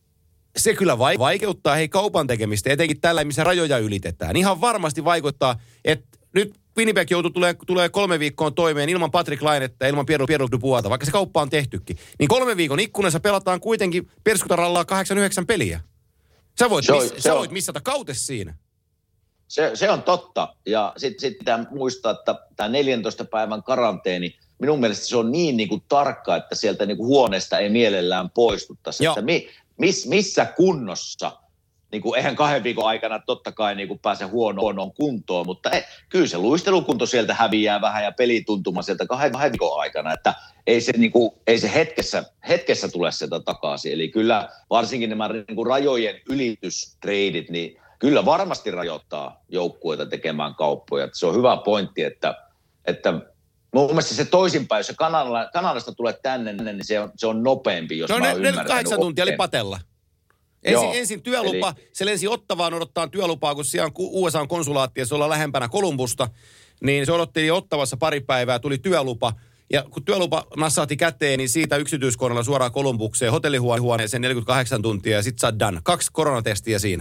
se kyllä vaikeuttaa hei kaupan tekemistä, etenkin tällä, missä rajoja ylitetään. Ihan varmasti vaikuttaa, että nyt Winnipeg joutuu tulee, tulee kolme viikkoon toimeen ilman Patrick Lainetta ja ilman Pierre-Luc Duboista, vaikka se kauppa on tehtykin. Niin kolme viikon ikkunassa pelataan kuitenkin perskutarallaa kahdeksan yhdeksän peliä. Sä voit, miss, sä voit missata kautes siinä. Se, se on totta. Ja sitten sit pitää muistaa, että tämä neljäntoista päivän karanteeni, minun mielestä se on niin, niin kuin tarkka, että sieltä niin kuin huoneesta ei mielellään poistuttaisi. Että mi, miss, missä kunnossa, niin kuin, eihän kahden viikon aikana totta kai niin kuin pääse huono, huonoon kuntoon, mutta ei, kyllä se luistelukunto sieltä häviää vähän ja pelituntuma sieltä kahden, kahden viikon aikana, että ei se, niin kuin, ei se hetkessä, hetkessä tule sieltä takaisin. Eli kyllä varsinkin nämä niin kuin rajojen ylitystreidit, niin kyllä varmasti rajoittaa joukkueita tekemään kauppoja. Se on hyvä pointti, että, että mun mielestä se toisinpäin, jos Kanada, Kanadasta tulee tänne, niin se on, se on nopeampi, jos no, mä oon ymmärtänyt. neljäkymmentäkahdeksan tuntia oli patella. Ensin, Joo, ensin työlupa, eli se lensi Ottavaan odottaa työlupaa, kun siellä on U S A-konsulaatti ja se ollaan lähempänä Kolumbusta, niin se odotteli Ottavassa pari päivää, tuli työlupa. Ja kun työlupa nassaati käteen, niin siitä yksityiskoneella suoraan Kolumbukseen, hotellihuoneeseen neljäkymmentäkahdeksan tuntia ja sit sä oot done. Kaksi koronatestiä siinä.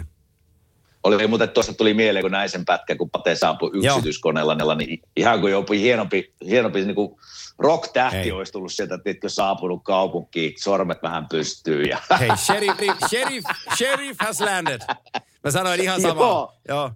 Oli muuten tuossa tuli mieleen, kun näin sen pätkän, kun Pate saapui yksityiskoneella, niin ihan kuin joku hienompi, hienompi niin kuin rock-tähti Hei. olisi tullut sieltä, että saapunut kaupunkiin, sormet vähän pystyy. Ja... Hei, sheriff, sheriff, sheriff has landed. Mä sanoin ihan samaa. Joo. Joo.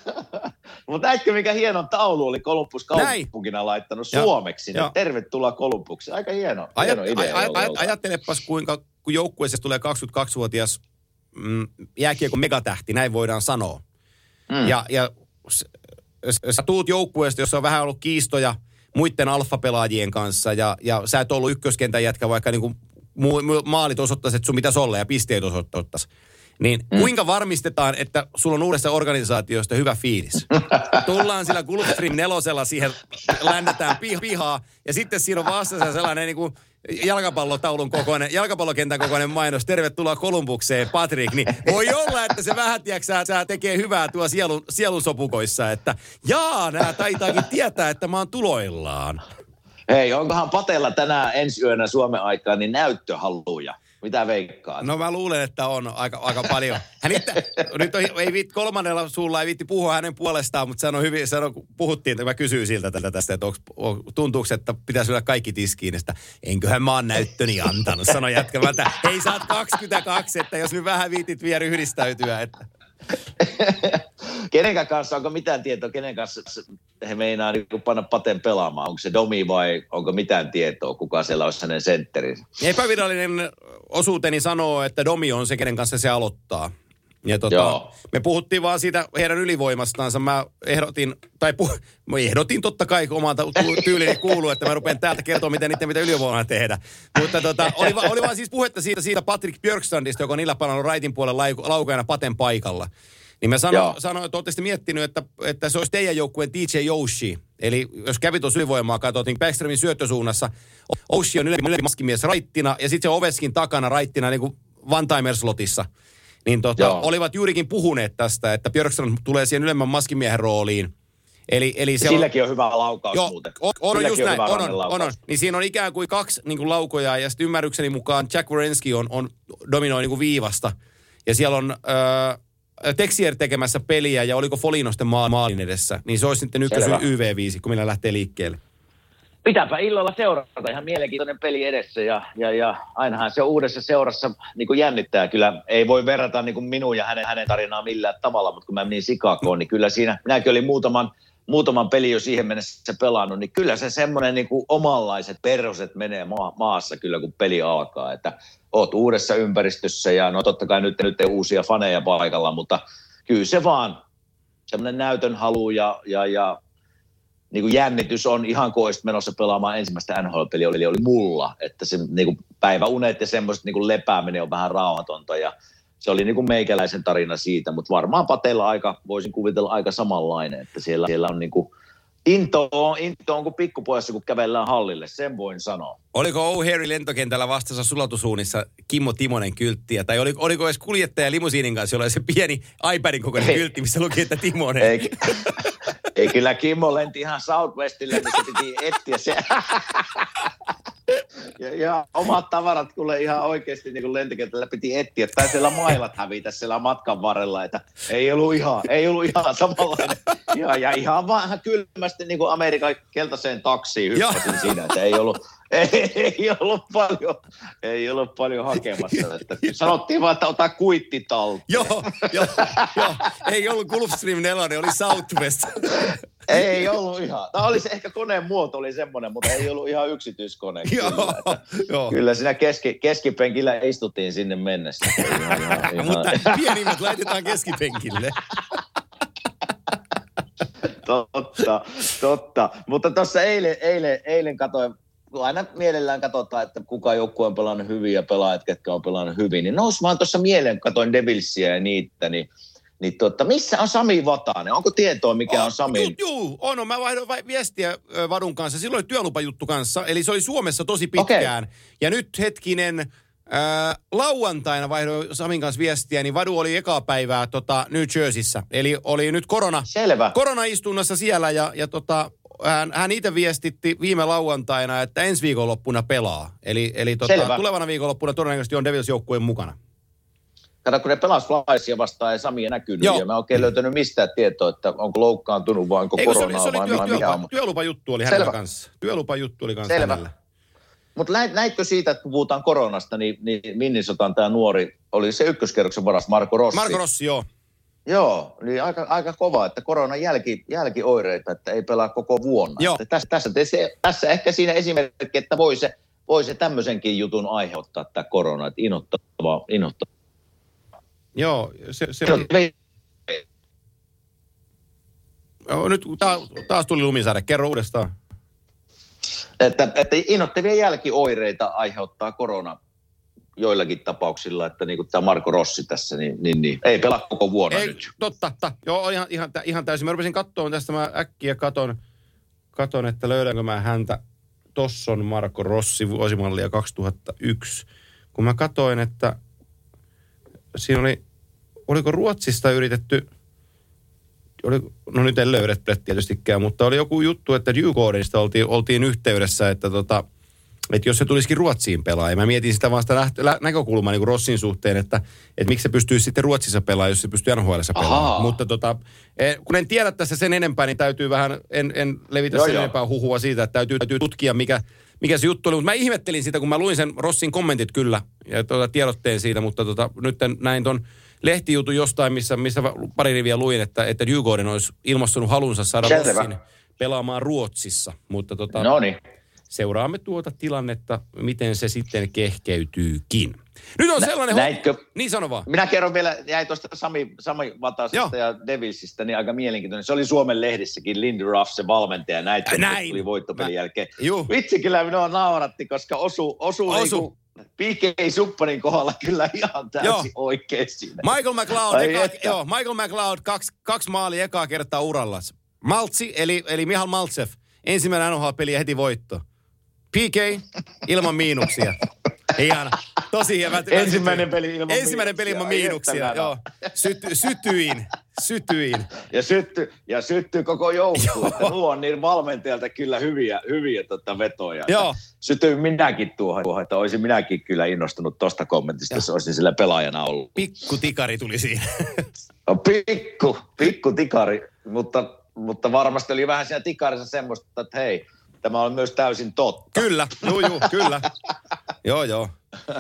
Mutta näitkö, mikä hienon taulu oli Columbus kaupunkina laittanut Joo. suomeksi? Niin tervetuloa Columbukseen. Aika hieno, Ajat, hieno idea. Aj, aj, ajattelepas, kuinka kun joukkueessa tulee kaksikymmentäkaksivuotias mm, jääkiekon megatähti, näin voidaan sanoa. Mm. Ja, ja jos sä tuut joukkueesta, jossa on vähän ollut kiistoja muiden alfapelaajien kanssa, ja, ja sä et ollut ykköskentän jätkä, vaikka niinku maalit osoittaisi, että sun pitäisi olla ja pisteet osoittaisi. Niin mm. kuinka varmistetaan, että sulla on uudessa organisaatiosta hyvä fiilis? Tullaan sillä Gulfstream nelosella siihen, ländätään pihaa, ja sitten siinä on vastassa sellainen niin kuin jalkapallotaulun kokoinen, jalkapallokentän kokoinen mainos, tervetuloa Kolumbukseen, Patrick, niin voi olla, että se vähän, tiiäksä, sä tekee hyvää tuo sielun, sielun sopukoissa, että jaa, nää taitaakin tietää, että mä oon tuloillaan. Hei, onkohan Patella tänään ensi yönä Suomen aikaa niin näyttöhaluja? Mitä veikkaat? No mä luulen, että on aika, aika paljon. Hän itse, nyt on, ei viitti, kolmannella suulla ei viitti puhua hänen puolestaan, mutta sanoi hyvin, sanoi, kun puhuttiin, että mä kysyin siltä tästä, että onko, tuntuuko, että pitäisi olla kaikki tiskiin, että enköhän mä oon näyttöni antanut, sanoi jätkä. Että hei, sä oot kaksikymmentäkaksi, että jos nyt vähän viitit vielä yhdistäytyä, että... Kenen kanssa, onko mitään tietoa, kenen kanssa he meinaa niin panna Paten pelaamaan? Onko se Domi vai onko mitään tietoa, kuka siellä olisi hänen sentterinsä? Epävirallinen osuuteni sanoo, että Domi on se, kenen kanssa se aloittaa. Ja tota, me puhuttiin vaan siitä heidän ylivoimastaansa. Mä ehdotin, tai puh, mä ehdotin totta kai omalta tyylini kuuluu, että mä rupean täältä kertoa, miten niiden mitä ylivoimaa tehdä. Mutta tota, oli, va, oli vaan siis puhetta siitä, siitä Patrick Björkstrandista, joka on niillä palannut raitin puolella laukajana Paten paikalla. Niin mä sanoin, sano, että olette miettinyt, että, että se olisi teidän joukkueen D J Oshie. Eli jos kävi tuossa ylivoimaa, katsottiin Backströmin syöttösuunnassa. Oshie on ylempi maskimies raittina ja sitten se Oveskin takana raittina niin kuin one-timer-slotissa. Niin tota, olivat juurikin puhuneet tästä, että Björkström tulee siihen ylemmän maskimiehen rooliin. Eli, eli se silläkin on, on hyvä laukaus jo, muuten. On, on just näin, on, on, on, on. Niin siinä on ikään kuin kaksi niin kuin laukojaa ja sitten ymmärrykseni mukaan Jack Werenski on, on dominoi niin kuin viivasta. Ja siellä on... Öö, Texier tekemässä peliä ja oliko Folinosten maalin edessä, niin se olisi sitten ykkösy Y V viisi, kun millä lähtee liikkeelle. Pitääpä illalla seurata, ihan mielenkiintoinen peli edessä ja, ja, ja ainahan se uudessa seurassa niin kuin jännittää. Kyllä ei voi verrata niin kuin minun ja hänen, hänen tarinaa millään tavalla, mutta kun mä menin Chicagoon, niin kyllä siinä, minäkin olin muutaman, muutaman peli jo siihen mennessä pelannut, niin kyllä se semmoinen niin kuin omanlaiset perhoset menee maa, maassa kyllä, kun peli alkaa, että oot uudessa ympäristössä ja no totta kai nyt, nyt ei uusia faneja paikalla, mutta kyllä se vaan semmoinen näytön halu ja, ja, ja niin kuin jännitys on ihan kuin olisit menossa pelaamaan ensimmäistä N H L-peliä, oli, oli mulla, että se niin kuin päiväunet ja semmoiset niin kuin lepääminen on vähän rauhatonta ja se oli niin kuin meikäläisen tarina siitä, mutta varmaan Patella aika, voisin kuvitella aika samanlainen, että siellä, siellä on niin kuin Into on, into on kuin pikkupojassa, kun kävellään hallille, sen voin sanoa. Oliko O'Hare lentokentällä vastassa sulatusuunnissa Kimmo Timonen kylttiä? Tai oliko, oliko edes kuljettaja limusiinin kanssa, jolla oli se pieni iPadin kokoinen kyltti, missä luki, että Timonen? Ei, ei kyllä Kimmo lenti ihan Southwestille, missä piti etsiä se. Ja ihan omat tavarat kuule ihan oikeasti niin kuin lentokentällä piti etsiä, tai siellä mailat hävitä siellä matkan varrella, että ei ollut ihan, ei ollut ihan samanlainen. Ja, ja ihan vaan kylmästi niin kuin Amerikan keltaiseen taksiin hyppäsin siinä, että ei ollut, ei, ei ollut paljon, ei ollut paljon hakemassa. Että sanottiin vaan, että ota kuitti talteen. Joo, joo, joo. Ei ollut Gulfstream neljä, oli Southwest. Ei ollut ihan. Tämä oli se, ehkä koneen muoto oli semmoinen, mutta ei ollut ihan yksityiskone. Joo, kyllä, joo. Kyllä siinä keski, keskipenkillä istuttiin sinne mennessä. Ihan, ihan, ihan. Mutta pienimmät laitetaan keskipenkille. Totta, totta. Mutta tuossa eilen, eilen, eilen katsoin, aina mielellään katsotaan, että kuka joukkue on pelannut hyvin ja pelaajat, ketkä on pelannut hyvin. Niin nousi vaan tuossa mieleen, katsoin Devilsia ja niitä, niin Niin totta, missä on Sami Vatanen? Onko tietoa, mikä on, on Sami? Juu, juu, on, on. Mä vaihdoin viestiä Vadun kanssa. Silloin oli työlupajuttu kanssa, eli se oli Suomessa tosi pitkään. Okay. Ja nyt hetkinen, ää, lauantaina vaihdoin Samin kanssa viestiä, niin Vadu oli ekaa päivää tota, New Jerseyssä. Eli oli nyt korona, Selvä. korona-istunnassa siellä ja, ja tota, hän, hän itse viestitti viime lauantaina, että ensi viikonloppuna pelaa. Eli, eli tota, tulevana viikonloppuna todennäköisesti on Devils-joukkueen mukana. Kato, kun ne pelasi Flyersia vastaan ja Sami ei näkynyt, Joo. ja mä en oikein löytänyt mistään tietoa, että onko loukkaantunut vai onko Eikö, koronaa se oli, se oli vai työ, mikä on. Työlupajuttu oli hänellä kanssa. Työlupajuttu oli kanssa Selvä. hänellä. Mutta näitkö siitä, että kun puhutaan koronasta, niin, niin Minnesotan tämä nuori, oli se ykköskerroksen varas, Marco Rossi. Marco Rossi, joo. Joo, niin aika, aika kova, että koronan jälki, jälkioireita, että ei pelaa koko vuonna. Tässä, tässä, tässä, tässä ehkä siinä esimerkki, että voi se, voi se tämmöisenkin jutun aiheuttaa tämä korona, että innoittavaa, innoittavaa. Joo, se, se on... Joo, nyt taas, taas tuli lumisade. Kerro uudestaan. Että, että innoittavia jälkioireita aiheuttaa korona joillakin tapauksilla, että niin kuin tämä Marco Rossi tässä, niin, niin, niin ei pelaa koko vuonna ei, nyt. Totta, totta. Joo, ihan, ihan, ihan täysin. Mä rupesin katsomaan tästä, mä äkkiä katon, katon että löydänkö mä häntä. Tossa on Marco Rossi, vuosimallia kaksituhattayksi. Kun mä katoin, että siinä oli, oliko Ruotsista yritetty oli, no nyt en löydä tietystikään, mutta oli joku juttu, että Djurgårdenista oltiin, oltiin yhteydessä, että tota, että jos se tulisikin Ruotsiin pelaa. Ja mä mietin sitä vaan sitä lähtö, lä, näkökulmaa niin kuin Rossin suhteen, että, että miksi se pystyisi sitten Ruotsissa pelaamaan, jos se pystyy N H L:ssä pelaamaan. Mutta tota, kun en tiedä tässä sen enempää, niin täytyy vähän, en, en levitä joo, sen joo. enempää huhua siitä, että täytyy, täytyy tutkia, mikä, mikä se juttu oli. Mutta mä ihmettelin sitä, kun mä luin sen Rossin kommentit kyllä, ja tuota, tiedotteen siitä, mutta tota, nyt näin ton lehtijutun jostain, missä, missä pari riviä luin, että, että Djurgården olisi ilmastanut halunsa saada Selvä. Rossin pelaamaan Ruotsissa. Mutta tota, Noniin. Seuraamme tuota tilannetta, miten se sitten kehkeytyykin. Nyt on Nä, sellainen... Näitkö? Ho- niin sano vaan. Minä kerron vielä, jäi tuosta Sami, Sami Vatasesta ja Devilsistä, niin aika mielenkiintoinen. Se oli Suomen lehdissäkin, Lindy Ruff, se valmentaja, näitä tuli voittopelin Mä, jälkeen. Juh. Vitsi kyllä minua nauratti, koska osu, osu, osu. Niin P K Suppanin kohdalla kyllä ihan täysin joo. oikein siinä. Michael McLeod, eka, joo, Michael McLeod, kaksi, kaksi maalia ekaa kertaa uralla. Maltsi, eli, eli Mihal Maltsev, ensimmäinen N H L-peli ja heti voitto. P K ilman miinuksia. Ihan tosi hyvä. Ensimmäinen peli ilman Ensimmäinen peli ilman miinuksia, joo. Syty, sytyin, sytyin. Ja sytty, ja sytty koko joukkue. Nuo on niin valmentajalta kyllä hyviä, hyviä tota vetoja. Joo. Sytyin minäkin tuohon, että olisin minäkin kyllä innostunut tosta kommentista, jos olisin sillä pelaajana ollut. Pikku tikari tuli siinä. No, pikku, pikku tikari, mutta, mutta varmasti oli vähän siinä tikarissa semmoista, että hei, tämä on myös täysin totta. Kyllä, juu, juu, kyllä. joo, joo.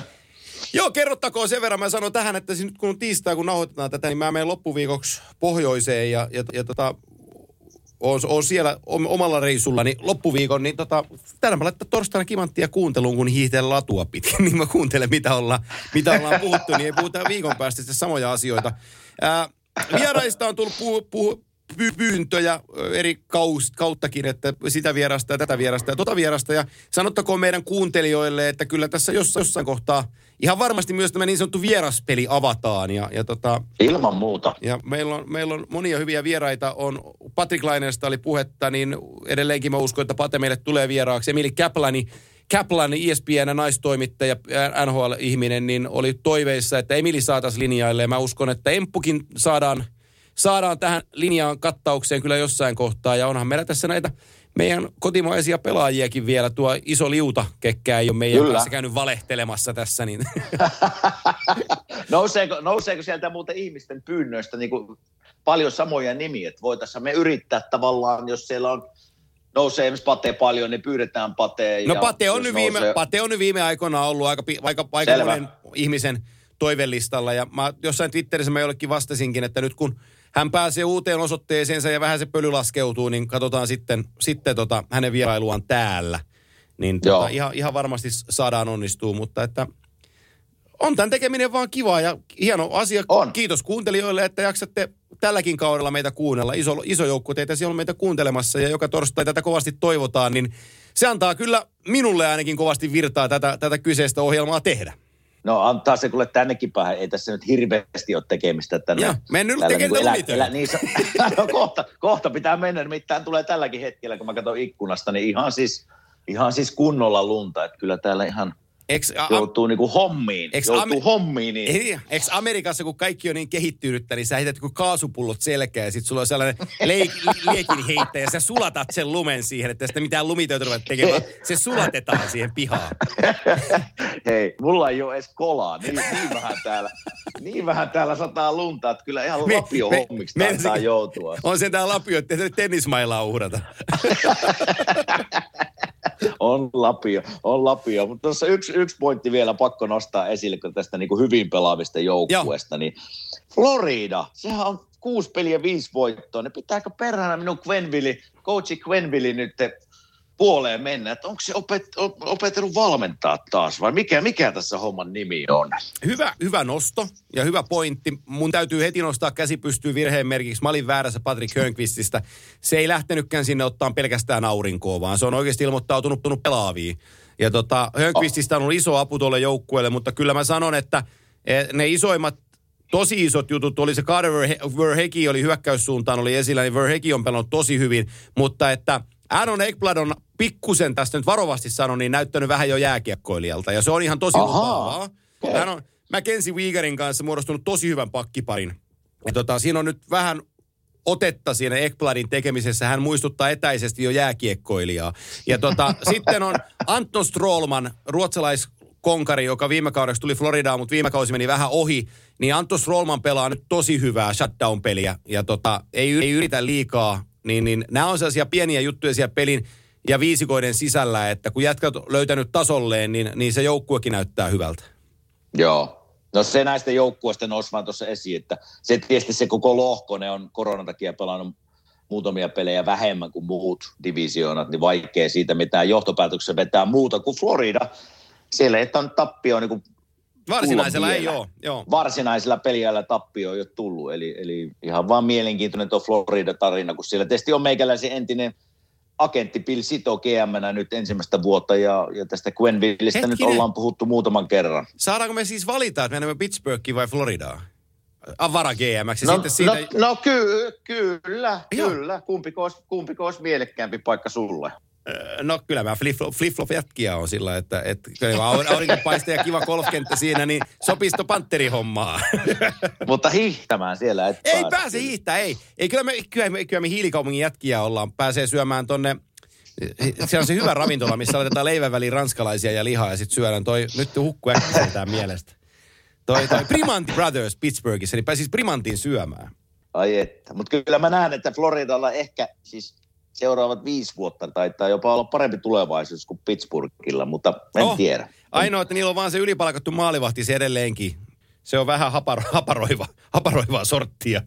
Joo, kerrottakoon sen verran. Mä sanon tähän, että nyt kun on tiistai, kun nauhoitetaan tätä, niin mä menen loppuviikoksi pohjoiseen ja, ja, ja tota, oon, oon siellä omalla reissullani loppuviikon, niin tota, tänään mä laittaa torstaina kimanttia kuunteluun, kun hiihtelen latua pitkin, niin mä kuuntelen, mitä ollaan, mitä ollaan puhuttu, niin ei puhuta viikon päästä sitten samoja asioita. Ää, vieraista on tullut puhu, puhu, pyyntöjä eri kauttakin, että sitä vierasta ja tätä vierasta ja tota vierasta. Ja sanottakoon meidän kuuntelijoille, että kyllä tässä jossain, jossain kohtaa ihan varmasti myös tämä niin sanottu vieraspeli avataan. Ja, ja tota, ilman muuta. Ja meillä on, meillä on monia hyviä vieraita. On Patrik Laineesta oli puhetta, niin edelleenkin mä uskon, että Pate meille tulee vieraaksi. Emili Kaplani, Kaplan, E S P N naistoimittaja, N H L-ihminen, niin oli toiveissa, että Emili saataisiin linjaille. Ja mä uskon, että Emppukin saadaan Saadaan tähän linjaan kattaukseen kyllä jossain kohtaa, ja onhan meillä tässä näitä meidän kotimaisia pelaajiakin vielä. Tuo iso liuta kekkää ei ole meidän kyllä. kanssa käynyt valehtelemassa tässä. Niin. nouseeko, nouseeko sieltä muuten ihmisten pyynnöistä niin kuin paljon samoja nimiä, että voitaisiin me yrittää tavallaan, jos siellä on, nousee esimerkiksi Pate paljon, niin pyydetään Patea. No Pate on, nyt viime, nousee... Pate on nyt viime aikoina ollut aika, aika, aika monen ihmisen toivellistalla, ja mä jossain Twitterissä mä jollekin vastasinkin, että nyt kun hän pääsee uuteen osoitteeseensa ja vähän se pöly laskeutuu, niin katsotaan sitten, sitten tota, hänen vierailuaan täällä. Niin tota, ihan, ihan varmasti saadaan onnistua, mutta että on tämän tekeminen vaan kiva ja hieno asia. On. Kiitos kuuntelijoille, että jaksatte tälläkin kaudella meitä kuunnella. Iso, iso joukko teitä siellä on meitä kuuntelemassa ja joka torstai tätä kovasti toivotaan, niin se antaa kyllä minulle ainakin kovasti virtaa tätä, tätä kyseistä ohjelmaa tehdä. No antaa se kuule tännekin päähän. Ei tässä nyt hirveästi ole tekemistä tänne. Joo, mennyt tekemään niin lumitöitä. Niin, no kohta, kohta pitää mennä. Nimittäin tulee tälläkin hetkellä, kun mä katson ikkunasta, niin ihan siis, ihan siis kunnolla lunta. Että kyllä täällä ihan eks, a, joutuu niinku hommiin. Eks joutuu Am- hommiin. Niin. Eikö Amerikassa, kun kaikki on niin kehittynyttä, niin sä heität kun kaasupullot selkää ja sit sulla on sellainen leik- liekin heittäjä ja sä sulatat sen lumen siihen, että sitä mitään lumitöitä ruvet tekemään. Se sulatetaan siihen pihaan. Hei, mulla ei ole edes kolaa. Niin, niin vähän täällä, niin vähän täällä sataa lunta, että kyllä ihan lapio hommiksi taitaa joutua. On sen tää lapio, että tennismailaa uhrata. On lapio, on lapio. Mutta tuossa yksi, yksi pointti vielä pakko nostaa esille, kun tästä niin kuin hyvin pelaavista joukkueesta, niin Florida, sehän on kuusi peliä viisi voittoa. Ne pitääkö perhana minun Quenneville, coachi Quenneville nyt puoleen mennä, että onko se opet, opetellut valmentaa taas vai mikä, mikä tässä homman nimi on? Hyvä, hyvä nosto ja hyvä pointti. Mun täytyy heti nostaa käsi pystyyn virheen merkiksi. Mä olin väärässä Patrik Hörnqvististä. Se ei lähtenytkään sinne ottaa pelkästään aurinkoa, vaan se on oikeasti ilmoittautunut pelaaviin. Ja tota, Hörnqvististä on ollut iso apu tuolle joukkueelle, mutta kyllä mä sanon, että ne isoimmat tosi isot jutut oli se Carter Verhegi oli hyökkäyssuuntaan oli esillä, niin Verhegi on pelannut tosi hyvin, mutta että Aaron Ekblad on pikkusen tästä nyt varovasti sanon, niin näyttänyt vähän jo jääkiekkoilijalta. Ja se on ihan tosi lupaavaa. Hän on Mackenzie Weegarin kanssa muodostunut tosi hyvän pakkiparin. Ja tota, siinä on nyt vähän otetta siinä Ekbladin tekemisessä. Hän muistuttaa etäisesti jo jääkiekkoilijaa. Ja tota, sitten on Anton Strollman, ruotsalaiskonkari, joka viime kaudeksi tuli Floridaan, mutta viime kausi meni vähän ohi. Niin Anton Strollman pelaa nyt tosi hyvää shutdown-peliä ja tota, ei, ei yritä liikaa. Niin, niin nämä on sellaisia pieniä juttuja siellä pelin ja viisikoiden sisällä, että kun jätkät on löytänyt tasolleen, niin, niin se joukkuekin näyttää hyvältä. Joo. No se näistä joukkueista nousi vaan tuossa esiin, että se tietysti se koko lohko, ne on koronan takia pelannut muutamia pelejä vähemmän kuin muut divisioonat, niin vaikea siitä mitään johtopäätöksessä vetää muuta kuin Florida. Siellä ei ole tappio niin kuin varsinaisella ei ole, joo. Varsinaisella peliällä tappio ei ole tullut, eli, eli ihan vaan mielenkiintoinen tuo Florida-tarina, kun siellä tietysti on meikäläisen entinen agentti Bill Sito G M:nä nyt ensimmäistä vuotta, ja, ja tästä Quennevillestä nyt ollaan puhuttu muutaman kerran. Saadaanko me siis valita, että menemme Pittsburghiin vai Floridaan? Avara G M:ksi. No, sitten siitä... no, no ky- kyllä, Joo. kyllä. Kumpiko olisi, kumpiko olisi mielekkäämpi paikka sulle? No kyllä mä flip-flop jätkiä on sillä, että, että kyllä aurinkopaiste ja kiva golfkenttä siinä, niin sopisto Pantteri-hommaa. Mutta hiihtämään siellä et Ei pääse. pääse hiihtää, ei. ei kyllä, me, kyllä, me, kyllä me hiilikaupungin jätkiä ollaan. Pääsee syömään tonne, se on se hyvä ravintola, missä laitetaan leivän väliin ranskalaisia ja lihaa ja sitten syödään toi, nyt hukku äkkiä mielestä. Toi, toi Primanti Brothers Pittsburghissa, niin pääsis Primantin syömään. Ai että, mutta kyllä mä näen, että Floridalla ehkä siis seuraavat viisi vuotta taitaa jopa olla parempi tulevaisuus kuin Pittsburghilla, mutta en oh, tiedä. Ainoa, että niillä on vaan se ylipalkattu maalivahti se edelleenkin. Se on vähän haparo, haparoiva, haparoivaa sorttia.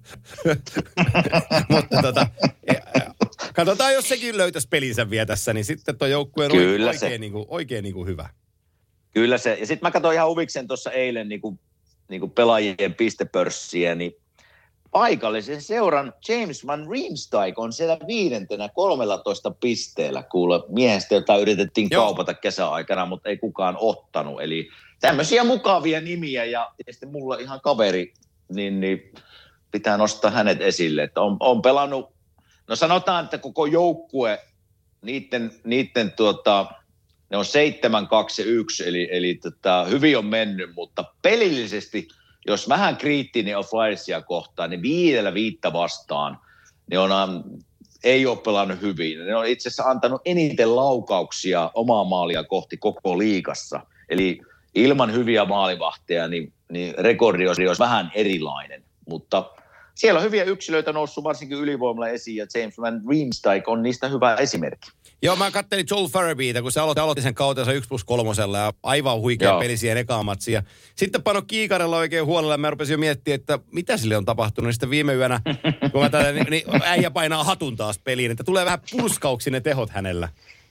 Mutta tota, katsotaan, jos sekin löytäisi pelinsä vielä tässä, niin sitten tuo joukkue on Kyllä oikein, se. Niin kuin, oikein niin kuin hyvä. Kyllä se. Ja sitten mä katsoin ihan huvikseen tuossa eilen niin kuin, niin kuin pelaajien pistepörssiä, niin paikallisen seuran James Van Riemsdyk on siellä viidentenä kolmellatoista pisteellä. Kuule, miehestä, jota yritettiin Joo. kaupata kesäaikana, mutta ei kukaan ottanut. Eli tämmöisiä mukavia nimiä ja sitten mulla ihan kaveri, niin, niin pitää nostaa hänet esille. Että on, on pelannut, no sanotaan, että koko joukkue, niiden, niiden tuota, ne on seitsemän, kaksi ja yksi, eli, eli tota, hyvin on mennyt, mutta pelillisesti – jos vähän kriittinen on Flyersia kohtaan, niin viidellä viittä vastaan, ne on, ei ole pelannut hyvin. Ne on itse asiassa antanut eniten laukauksia omaa maalia kohti koko liigassa. Eli ilman hyviä maalivahteja, niin, niin rekordi olisi vähän erilainen. Mutta siellä on hyviä yksilöitä noussut varsinkin ylivoimalla esiin, ja James Van Riemsdyk on niistä hyvä esimerkki. Joo, mä kattelin Joel Farabyta, kun se aloitti, aloitti sen kautensa yksi plus kolmosella ja aivan huikea Joo. peli siihen ekaan matsiin. Sitten pano kiikarella oikein huolella ja mä rupesin jo miettimään, että mitä sille on tapahtunut. Ja sitten viime yönä, kun mä tätä, niin, niin äijä painaa hatun taas peliin, että tulee vähän pulskauksi ne tehot hänellä.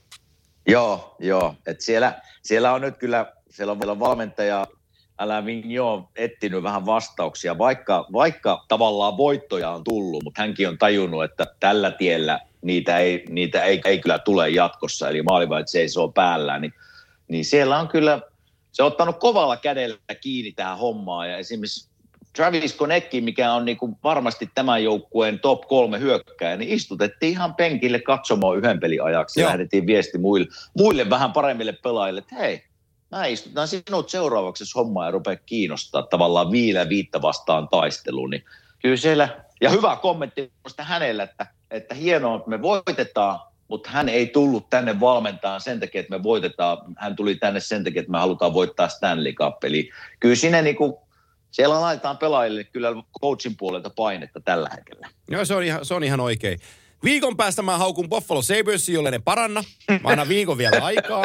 Joo, joo. Et siellä, siellä on nyt kyllä, siellä on vielä valmentaja Alain Vigneault etsinyt vähän vastauksia, vaikka, vaikka tavallaan voittoja on tullut, mutta hänkin on tajunnut, että tällä tiellä niitä ei, niitä ei, ei kyllä tule jatkossa, eli maalivahit seisoo päällään, niin, niin siellä on kyllä, se on ottanut kovalla kädellä kiinni tähän hommaan, ja esimerkiksi Travis Konecki, mikä on niin kuin varmasti tämän joukkueen top kolme hyökkääjä, niin istutettiin ihan penkille katsomaan yhden pelin ajaksi, ja lähdettiin viesti muille, muille vähän paremmille pelaajille, että hei, mä istutan sinut seuraavaksi hommaa ja rupeaa kiinnostaa tavallaan viillä viittä vastaan taisteluun, niin kyllä siellä, ja hyvä kommentti hänellä, että että hienoa, että me voitetaan, mutta hän ei tullut tänne valmentamaan sen takia, että me voitetaan. Hän tuli tänne sen takia, että me halutaan voittaa Stanley Cup. Eli kyllä siinä niinku, siellä laitetaan pelaajille kyllä coachin puolelta painetta tällä hetkellä. Joo, se on ihan, se on ihan oikein. Viikon päästä mä haukun Buffalo Sabresin, jolle ne paranna. Mä annan viikon vielä aikaa.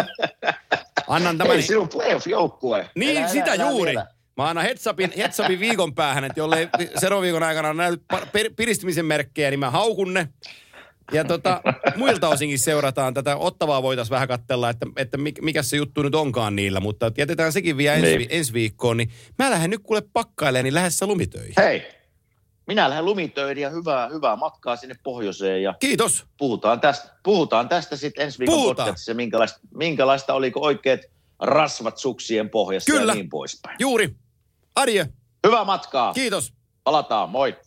Annan tämän... Ei sinun playoff-joukkue. Niin, elä, sitä elä, juuri. Elä. Mä annan headsupin, headsupin viikon päähän, että jollei seuraavan viikon aikana näy piristymisen merkkejä, niin mä haukun ne. Ja tota, muilta osinkin seurataan tätä. Ottavaa voitaisiin vähän katsella, että, että mikä se juttu nyt onkaan niillä, mutta jätetään sekin vielä ensi, niin. ensi viikkoon. Niin mä lähden nyt kuule pakkailemaan, niin lähes sä lumitöihin. Hei, minä lähden lumitöihin ja hyvää, hyvää matkaa sinne pohjoiseen. Ja kiitos. Puhutaan tästä, puhutaan tästä sitten ensi viikon podcastissa, minkälaista, minkälaista oliko oikeat rasvat suksien pohjassa Kyllä. ja niin poispäin. Juuri. Adje. Hyvää matkaa. Kiitos. Palataan, moi.